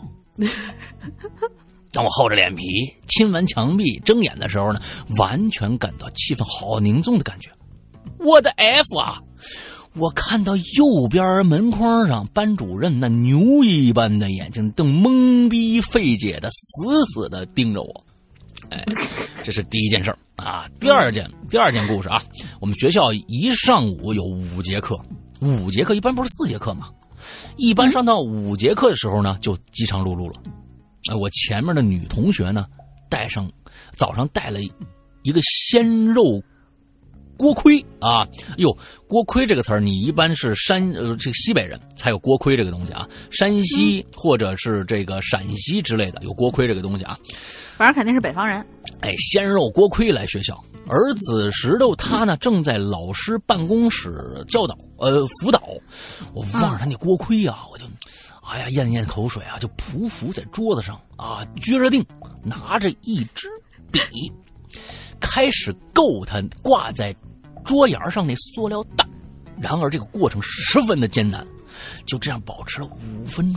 当我厚着脸皮亲完墙壁，睁眼的时候呢，完全感到气氛好凝重的感觉。我的 F 我看到右边门框上班主任那牛一般的眼睛瞪懵逼费解的死死的盯着我。这是第一件事第二件故事我们学校一上午有5节课，5节课一般不是4节课吗？一般上到5节课的时候呢，就饥肠辘辘了。我前面的女同学呢，早上带了一个鲜肉锅盔锅盔这个词儿，你一般是这个西北人才有锅盔这个东西山西或者是这个陕西之类的有锅盔这个东西反正肯定是北方人。 鲜肉锅盔来学校，而此时的他呢，正在老师办公室辅导。我望着他那锅盔我就咽了咽口水就匍匐在桌子上撅着腚，拿着一支笔，开始够他挂在桌沿上那塑料袋。然而这个过程十分的艰难，就这样保持了5分钟。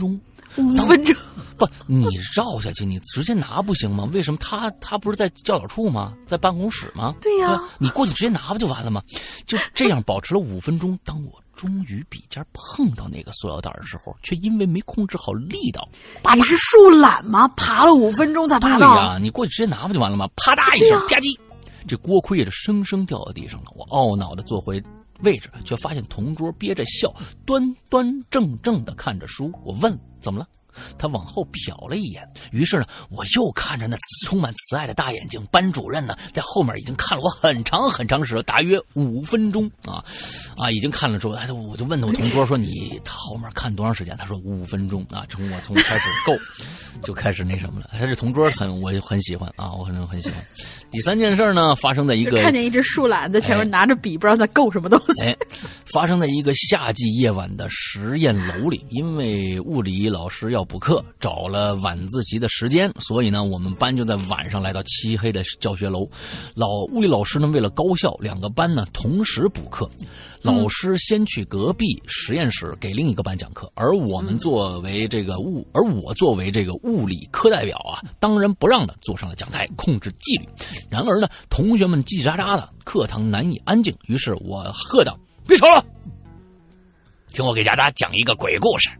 5分钟。 不，你绕下去，你直接拿不行吗？为什么他不是在教导处吗？在办公室吗？ 对呀， 你过去直接拿不就完了吗？就这样保持了5分钟。当我终于笔尖碰到那个塑料袋的时候，却因为没控制好力道， 你是树懒吗？爬了5分钟才爬到。 对呀，你过去直接拿不就完了吗？啪嗒一声，吧唧，这锅盔也是生生掉到地上了。我懊恼地坐回位置，却发现同桌憋着笑，端端正正地看着书。我问怎么了？他往后瞟了一眼，于是呢，我又看着那充满慈爱的大眼睛。班主任呢，在后面已经看了我很长很长时间，大约5分钟已经看了之后，我就问他我同桌说他后面看多长时间？他说5分钟啊，从开始够就开始那什么了。他这同桌我很喜欢啊，我很喜欢。第3件事呢，发生在一个看见一只树懒在前面拿着笔，不知道在够什么东西。 发生在一个夏季夜晚的实验楼里，因为物理老师要补课，找了晚自习的时间，所以呢，我们班就在晚上来到漆黑的教学楼。物理老师呢，为了高效，2个班呢同时补课。老师先去隔壁实验室给另一个班讲课，而我作为这个物理课代表啊，当仁不让的坐上了讲台，控制纪律。然而呢，同学们叽叽喳喳的，课堂难以安静，于是我喝道：“别吵了，听我给大家讲一个鬼故事。”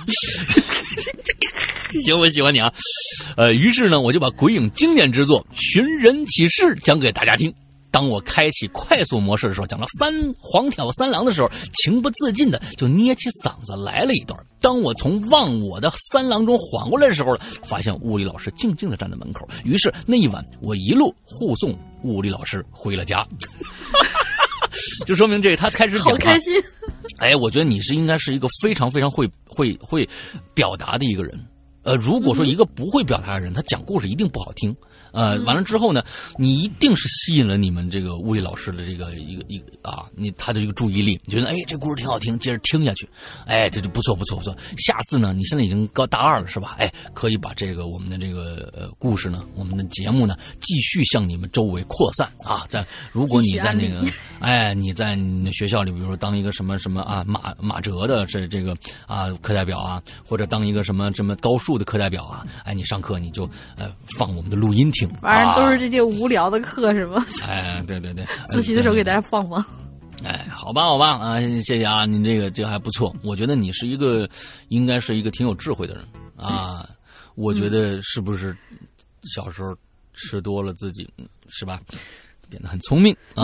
行，我喜欢你啊。于是呢，我就把鬼影经典之作《寻人启事》讲给大家听。当我开启快速模式的时候，讲到黄挑三郎的时候，情不自禁的就捏起嗓子来了一段。当我从忘我的三郎中缓过来的时候，发现物理老师静静的站在门口。于是那一晚，我一路护送物理老师回了家。就说明他开始讲了， 好开心。 我觉得你应该是一个非常非常会表达的一个人。如果说一个不会表达的人，他讲故事一定不好听。完了之后呢，你一定是吸引了你们这个物理老师的这个他的这个注意力，你觉得这故事挺好听，接着听下去，这就不错。下次呢，你现在已经大2了是吧？可以把我们的这个故事呢，我们的节目呢，继续向你们周围扩散啊。如果你在那个你在你学校里，比如说当一个什么马哲的这个课代表啊，或者当一个什么高数的课代表啊，你上课你就放我们的录音听。 反正都是这些无聊的课是吗？ 对， 自习的时候给大家放放。 好吧啊，谢谢啊，你这个还不错，我觉得你应该是一个挺有智慧的人啊。我觉得是不是小时候吃多了自己是吧，变得很聪明啊？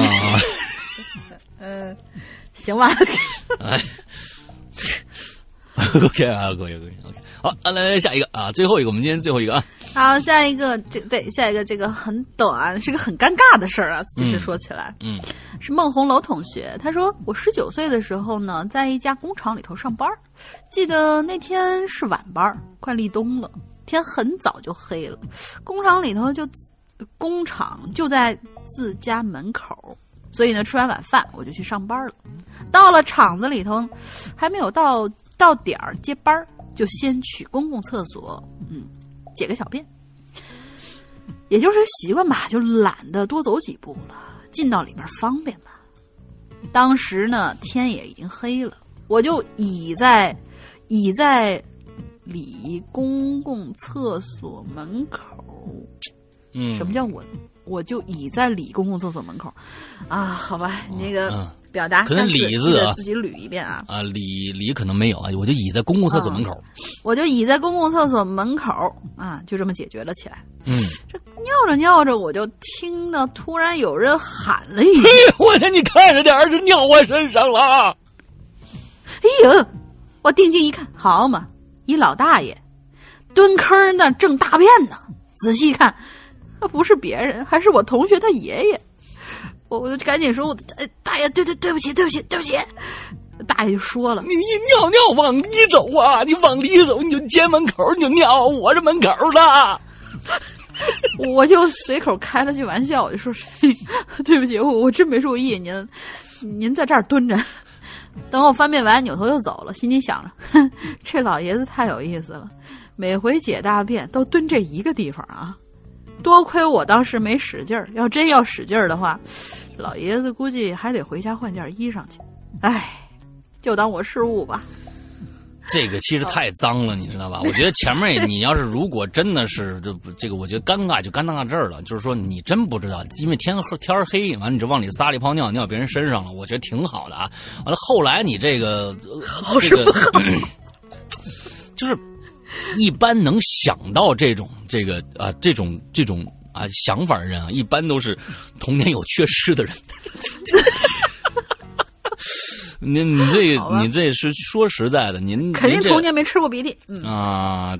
行吧。 OK 啊，可以。好，来下一个啊，最后一个，我们今天最后一个啊。 好，下一个这个很短，是个很尴尬的事儿啊。其实说起来，是孟红楼同学，他说我19岁的时候呢，在一家工厂里头上班，记得那天是晚班，快立冬了，天很早就黑了，工厂就在自家门口。所以呢，吃完晚饭我就去上班了。到了厂子里头，还没有到点儿接班，就先去公共厕所，解个小便。也就是习惯吧，就懒得多走几步了，进到里面方便吧。当时呢，天也已经黑了，我就倚在里公共厕所门口。什么叫我就倚在里公共厕所门口啊？好吧，你这个表达可能里字啊， 自己捋一遍啊。 里可能没有啊，我就倚在公共厕所门口。 我就倚在公共厕所门口啊，就这么解决了起来。这尿着，我就听到突然有人喊了一句：“ 我说你看着点儿，就尿我身上了。” 哎呦！我定睛一看，好嘛，一老大爷蹲坑那正大便呢。仔细看，不是别人，还是我同学他爷爷。我就赶紧说：“大爷，对不起。”大爷就说了：“ 你尿往里走啊！你往里走，你就街门口，你就尿我这门口了。” 我就随口开了句玩笑，我就说：“对不起，我真没注意，您在这儿蹲着。”等我翻遍完，扭头就走了，心里想着：这老爷子太有意思了，每回解大便都蹲这一个地方啊！多亏我当时没使劲儿，要真要使劲儿的话，老爷子估计还得回家换件衣裳去。就当我失误吧。 这个其实太脏了，你知道吧？我觉得前面你要是如果真的是这个，我觉得尴尬就尴尬这儿了。就是说你真不知道，因为天黑，完了你就往里撒了一泡尿别人身上了，我觉得挺好的啊。完了后来你这个就是一般能想到这种想法的人啊，一般都是童年有缺失的人。你这是说实在的，您肯定童年没吃过鼻涕啊。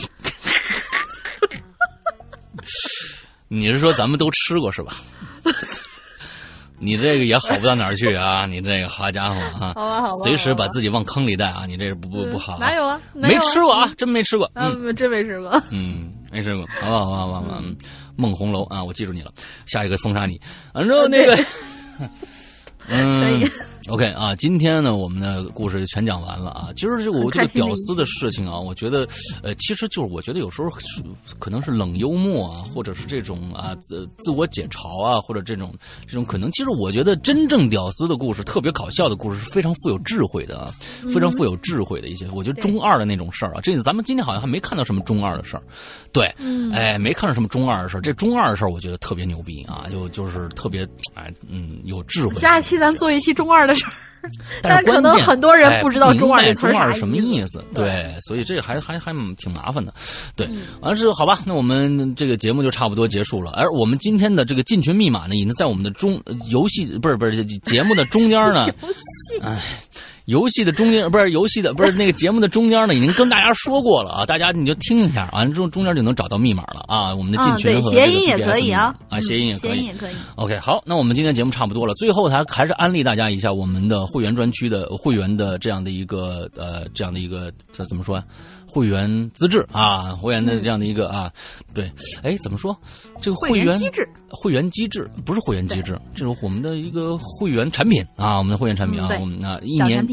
你是说咱们都吃过是吧？你这个也好不到哪儿去啊！你这个好家伙啊， 好吧， 随时把自己往坑里带啊！你这是不好、啊。 哪有啊？ 没吃过啊，真没吃过。 真没吃过。 没吃过。好。梦红楼啊，我记住你了。下一个封杀你。反正那个。 可以 OK 啊，今天呢，我们的故事全讲完了啊。其实我这个屌丝的事情啊，我觉得，其实就是我觉得有时候可能是冷幽默啊，或者是这种啊自我解嘲啊，或者这种可能，其实我觉得真正屌丝的故事，特别搞笑的故事是非常富有智慧的啊，非常富有智慧的一些。我觉得中二的那种事儿啊，这咱们今天好像还没看到什么中二的事儿，对，没看到什么中二的事儿。这中二的事儿，我觉得特别牛逼啊，就是特别有智慧。 下一期咱做一期中二的事儿， 但是可能很多人不知道中二这词儿什么意思。对，所以这还挺麻烦的。对，完事好吧，那我们这个节目就差不多结束了。而我们今天的这个进群密码呢，已经在我们的游戏不是节目的中间呢。游戏的中间不是那个节目的中间呢，已经跟大家说过了啊，大家你就听一下，完了之后中间就能找到密码了啊。我们的进群和谐音也可以啊， 谐音也可以。OK， 好，那我们今天节目差不多了，最后还是安利大家一下我们的会员专区的会员的这样的一个这怎么说呀？会员资质啊，会员的这样的一个啊，对，怎么说？这个会员机制不是会员机制，这是我们的一个会员产品啊，我们的会员产品啊，我们一年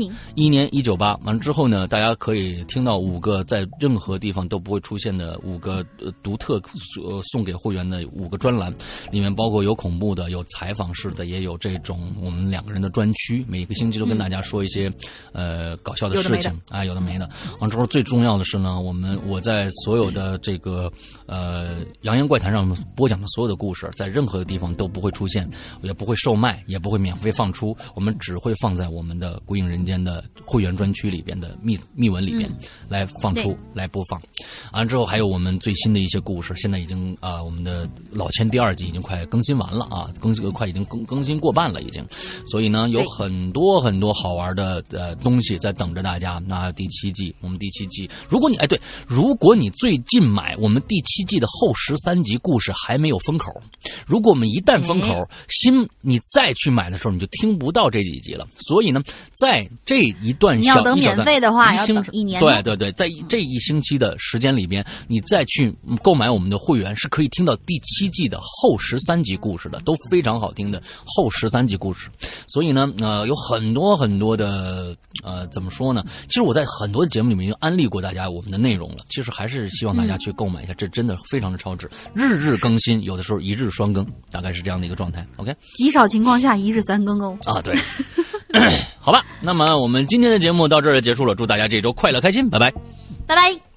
198，完了之后呢，大家可以听到5个在任何地方都不会出现的5个独特送给会员的5个专栏，里面包括有恐怖的，有采访式的，也有这种我们2个人的专区，每个星期都跟大家说一些搞笑的事情啊，有的没的。完了之后最重要的是呢，我在所有的这个扬言怪谈上播讲的所有的故事，在任何的地方都不会出现，也不会售卖，也不会免费放出，我们只会放在我们的鬼影人间的会员专区里边的密文里边来放出来播放。完了之后还有我们最新的一些故事，现在已经我们的老千第2季已经快更新完了啊，快已经更新过半了已经，所以呢有很多很多好玩的东西在等着大家。那第7季，我们第7季，如果你最近买我们第7季的后13集故事还没有封口，如果我们一旦封口，你再去买的时候，你就听不到这几集了。所以呢，在这一段你要等免费的话，要等1年。 对，在这1星期的时间里边，你再去购买我们的会员，是可以听到第7季的后13集故事的，都非常好听的后13集故事。所以呢，有很多很多的怎么说呢？其实我在很多的节目里面已经安利过大家我们的内容了。其实还是希望大家去购买一下，这真的非常的超值，日更新，有的时候1日双更，大概是这样的一个状态。OK， 极少情况下1日3更哦。 啊，对，好吧，那么我们今天的节目到这儿结束了，祝大家这周快乐开心，拜拜， 拜拜。